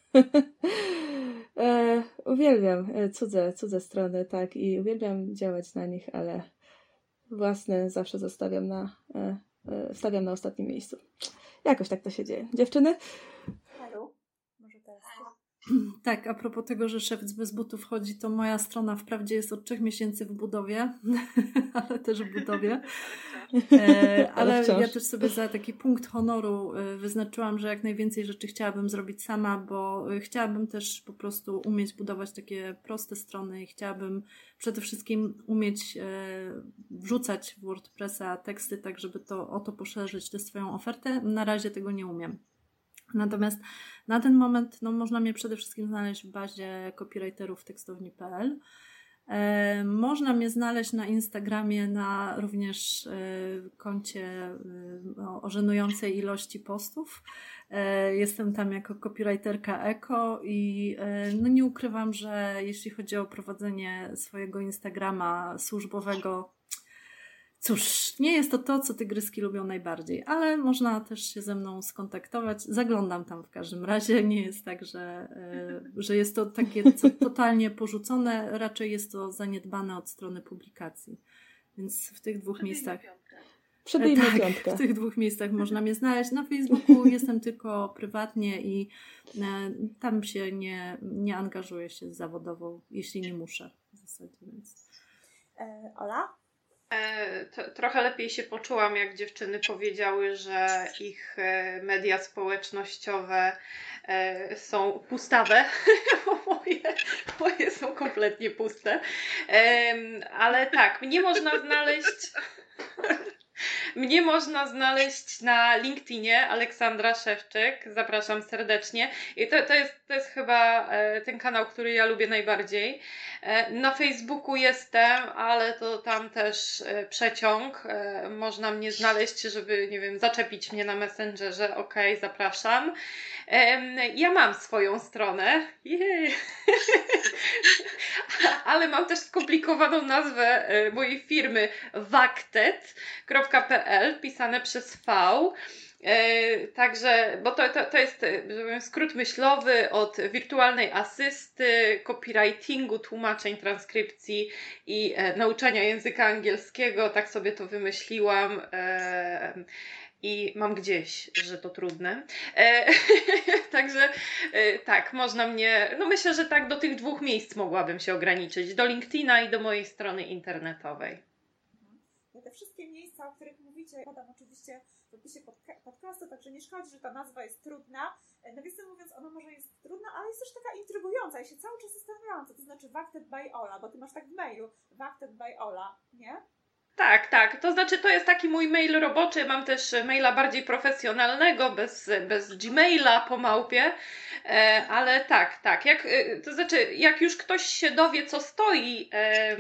e, uwielbiam cudze, cudze strony, tak, i uwielbiam działać na nich, ale własne zawsze zostawiam na, e, e, stawiam na ostatnim miejscu. Jakoś tak to się dzieje. Dziewczyny? Halo, może teraz ty? Tak, a propos tego, że szef bez butów chodzi, to moja strona wprawdzie jest od trzech miesięcy w budowie, ale też w budowie. E, ale ja też sobie za taki punkt honoru wyznaczyłam, że jak najwięcej rzeczy chciałabym zrobić sama, bo chciałabym też po prostu umieć budować takie proste strony i chciałabym przede wszystkim umieć e, wrzucać w WordPressa teksty, tak żeby to o to poszerzyć tę swoją ofertę. Na razie tego nie umiem. Natomiast na ten moment no, można mnie przede wszystkim znaleźć w bazie copywriterów tekstowni kropka pe el. E, można mnie znaleźć na Instagramie na również e, koncie e, o, o żenującej ilości postów. E, jestem tam jako copywriterka eko i e, no, nie ukrywam, że jeśli chodzi o prowadzenie swojego Instagrama służbowego, cóż, nie jest to to, co tygryski lubią najbardziej, ale można też się ze mną skontaktować. Zaglądam tam w każdym razie. Nie jest tak, że, że jest to takie co, totalnie porzucone. Raczej jest to zaniedbane od strony publikacji. Więc w tych dwóch miejscach... Przybijmy tak, piątkę. w tych dwóch miejscach można mnie znaleźć. Na Facebooku jestem tylko prywatnie i tam się nie, nie angażuję się zawodowo, jeśli nie muszę w zasadzie. Więc... E, Ola? Trochę lepiej się poczułam, jak dziewczyny powiedziały, że ich media społecznościowe są pustawe, bo moje, moje są kompletnie puste. Ale tak, mnie można znaleźć... Mnie można znaleźć na LinkedInie, Aleksandra Szewczyk, zapraszam serdecznie. I to, to, jest, to jest chyba ten kanał, który ja lubię najbardziej. Na Facebooku jestem, ale to tam też przeciąg. Można mnie znaleźć, żeby, nie wiem, zaczepić mnie na Messengerze. Okej, okay, zapraszam. Ja mam swoją stronę. Jej. Ale mam też skomplikowaną nazwę mojej firmy waktet kropka pe el, pisane przez V. Także, bo to, to, to jest skrót myślowy od wirtualnej asysty, copywritingu, tłumaczeń, transkrypcji i nauczania języka angielskiego. Tak sobie to wymyśliłam. I mam gdzieś, że to trudne. E, Także e, tak, można mnie, no myślę, że tak do tych dwóch miejsc mogłabym się ograniczyć. Do LinkedIna i do mojej strony internetowej. Ja te wszystkie miejsca, o których mówicie, podam oczywiście w opisie podca- podcastu, także nie szkodzi, że ta nazwa jest trudna. Nawiasem mówiąc, ona może jest trudna, ale jest też taka intrygująca. Ja się cały czas zastanawiałam, co to znaczy Waktet by Ola, bo ty masz tak w mailu, Waktet by Ola, nie? Tak, tak. To znaczy, to jest taki mój mail roboczy. Mam też maila bardziej profesjonalnego, bez, bez Gmaila po małpie. E, ale tak, tak. Jak, to znaczy, jak już ktoś się dowie, co stoi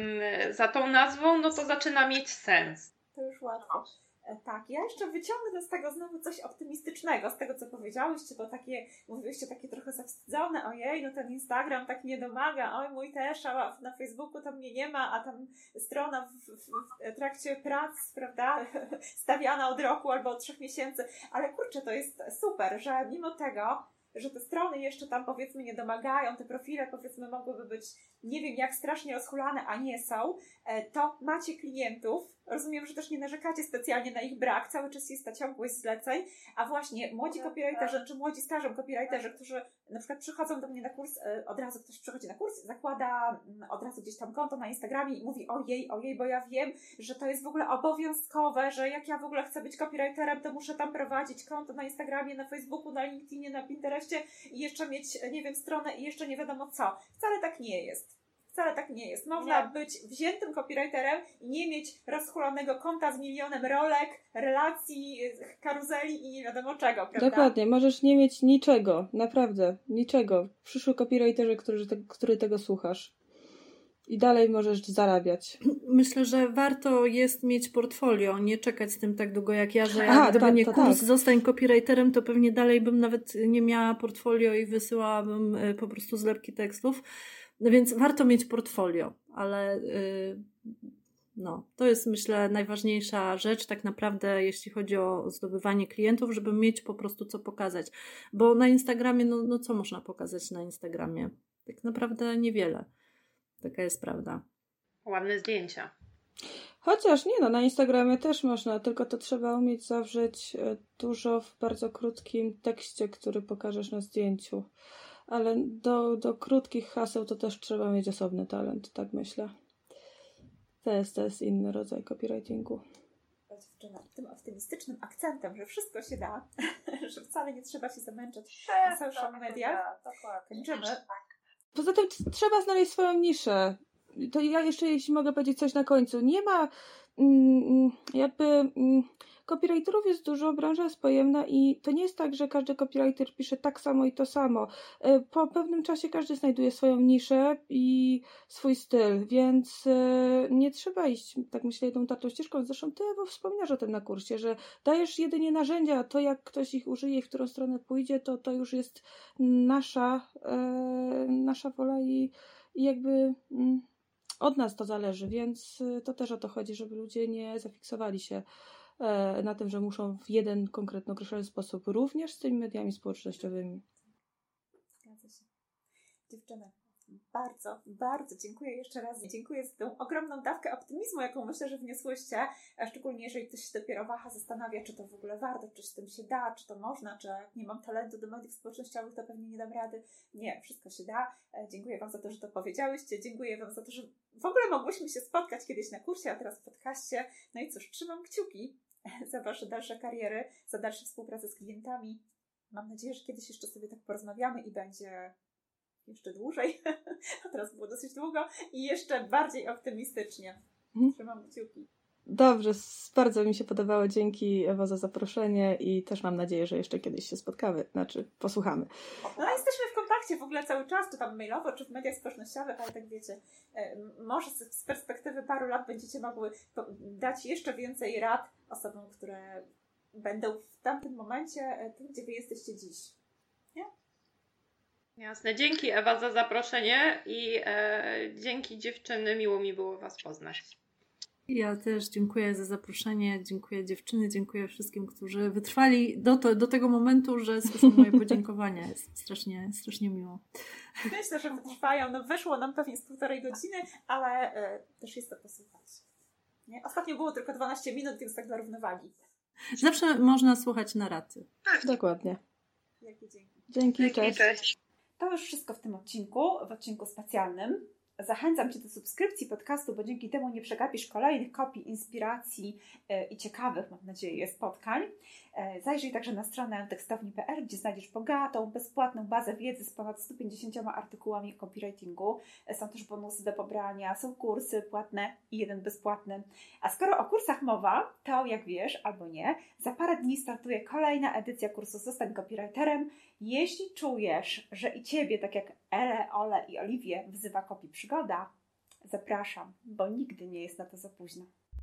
e, za tą nazwą, no to zaczyna mieć sens. To już łatwo. Tak, ja jeszcze wyciągnę z tego znowu coś optymistycznego, z tego co powiedziałyście, bo takie, mówiłyście takie trochę zawstydzone, ojej, no ten Instagram tak nie domaga, oj mój też, a na Facebooku tam mnie nie ma, a tam strona w, w, w trakcie prac, prawda, stawiana od roku albo od trzech miesięcy, ale kurczę, to jest super, że mimo tego, że te strony jeszcze tam powiedzmy nie domagają, te profile powiedzmy mogłyby być nie wiem jak strasznie rozhulane, a nie są, to macie klientów. Rozumiem, że też nie narzekacie specjalnie na ich brak, cały czas jest ta ciągłość zleceń, a właśnie młodzi copywriterzy, czy młodzi stażem copywriterzy, którzy na przykład przychodzą do mnie na kurs, od razu ktoś przychodzi na kurs, zakłada od razu gdzieś tam konto na Instagramie i mówi ojej, ojej, bo ja wiem, że to jest w ogóle obowiązkowe, że jak ja w ogóle chcę być copywriterem, to muszę tam prowadzić konto na Instagramie, na Facebooku, na LinkedInie, na Pinterestie i jeszcze mieć, nie wiem, stronę i jeszcze nie wiadomo co. Wcale tak nie jest. Wcale tak nie jest. Można nie. być wziętym copywriterem i nie mieć rozchulanego konta z milionem rolek, relacji, karuzeli i nie wiadomo czego, prawda? Dokładnie. Możesz nie mieć niczego. Naprawdę. Niczego. Przyszły copywriterze, który, te, który tego słuchasz. I dalej możesz zarabiać. Myślę, że warto jest mieć portfolio, nie czekać z tym tak długo jak ja, że ja Aha, gdyby tak, nie to kurs, tak. zostań copywriterem, to pewnie dalej bym nawet nie miała portfolio i wysyłałabym po prostu zlepki tekstów. No więc warto mieć portfolio, ale yy, no, to jest myślę najważniejsza rzecz tak naprawdę, jeśli chodzi o zdobywanie klientów, żeby mieć po prostu co pokazać. Bo na Instagramie, no, no co można pokazać na Instagramie? Tak naprawdę niewiele. Taka jest prawda. Ładne zdjęcia. Chociaż nie no, na Instagramie też można, tylko to trzeba umieć zawrzeć dużo w bardzo krótkim tekście, który pokażesz na zdjęciu. Ale do, do krótkich haseł to też trzeba mieć osobny talent, tak myślę. To jest, to jest inny rodzaj copywritingu. Dziewczyna, tym optymistycznym akcentem, że wszystko się da, że wcale nie trzeba się zamęczać na social mediach. Kończymy. Poza tym trzeba znaleźć swoją niszę. To ja jeszcze, jeśli mogę powiedzieć coś na końcu. Nie ma mm, jakby... Mm, copywriterów jest dużo, branża jest pojemna i to nie jest tak, że każdy copywriter pisze tak samo i to samo. Po pewnym czasie każdy znajduje swoją niszę i swój styl, więc nie trzeba iść, tak myślę, jedną tartą ścieżką. Zresztą ty, Ewo, wspominasz o tym na kursie, że dajesz jedynie narzędzia, to jak ktoś ich użyje i w którą stronę pójdzie, to to już jest nasza, e, nasza wola i, i jakby... Mm, od nas to zależy, więc to też o to chodzi, żeby ludzie nie zafiksowali się na tym, że muszą w jeden konkretny, określony sposób, również z tymi mediami społecznościowymi. Zgadza się. Dziewczyny, bardzo, bardzo dziękuję jeszcze raz. Dziękuję za tą ogromną dawkę optymizmu, jaką myślę, że wniosłyście, a szczególnie jeżeli ktoś się dopiero waha, zastanawia, czy to w ogóle warto, czy z tym się da, czy to można, czy jak nie mam talentu do mediów społecznościowych, to pewnie nie dam rady. Nie, wszystko się da. Dziękuję Wam za to, że to powiedziałyście. Dziękuję Wam za to, że w ogóle mogłyśmy się spotkać kiedyś na kursie, a teraz w podcaście. No i cóż, trzymam kciuki za Wasze dalsze kariery, za dalsze współpracę z klientami. Mam nadzieję, że kiedyś jeszcze sobie tak porozmawiamy i będzie jeszcze dłużej, a teraz było dosyć długo i jeszcze bardziej optymistycznie. Trzymam kciuki. Dobrze, bardzo mi się podobało. Dzięki, Ewo, za zaproszenie i też mam nadzieję, że jeszcze kiedyś się spotkamy, znaczy posłuchamy. No jesteśmy w kontakcie w ogóle cały czas, czy tam mailowo, czy w mediach społecznościowych, ale tak wiecie, może z perspektywy paru lat będziecie mogły dać jeszcze więcej rad osobom, które będą w tamtym momencie, tu gdzie wy jesteście dziś. Nie? Jasne. Dzięki, Ewa, za zaproszenie i e, dzięki, dziewczyny. Miło mi było Was poznać. Ja też dziękuję za zaproszenie, dziękuję dziewczyny, dziękuję wszystkim, którzy wytrwali do, to, do tego momentu, że słyszą moje podziękowania. Jest strasznie, strasznie miło. Myślę, że wytrwają. No wyszło nam pewnie z półtorej godziny, ale y, też jest to posłuchać. Nie? Ostatnio było tylko dwanaście minut, więc tak dla równowagi. Zawsze można słuchać na raty. Dokładnie. Jakie dzięki. Dzięki, Dzięki, cześć. cześć. To już wszystko w tym odcinku, w odcinku specjalnym. Zachęcam Cię do subskrypcji podcastu, bo dzięki temu nie przegapisz kolejnych kopii, inspiracji yy, i ciekawych, mam nadzieję, spotkań. Yy, zajrzyj także na stronę tekstowni kropka p l, gdzie znajdziesz bogatą, bezpłatną bazę wiedzy z ponad stu pięćdziesięcioma artykułami o copywritingu. Yy, są też bonusy do pobrania, są kursy płatne i jeden bezpłatny. A skoro o kursach mowa, to jak wiesz, albo nie, za parę dni startuje kolejna edycja kursu Zostań copywriterem. Jeśli czujesz, że i Ciebie, tak jak Elę, Ole i Oliwię, wzywa copy przygoda, zapraszam, bo nigdy nie jest na to za późno.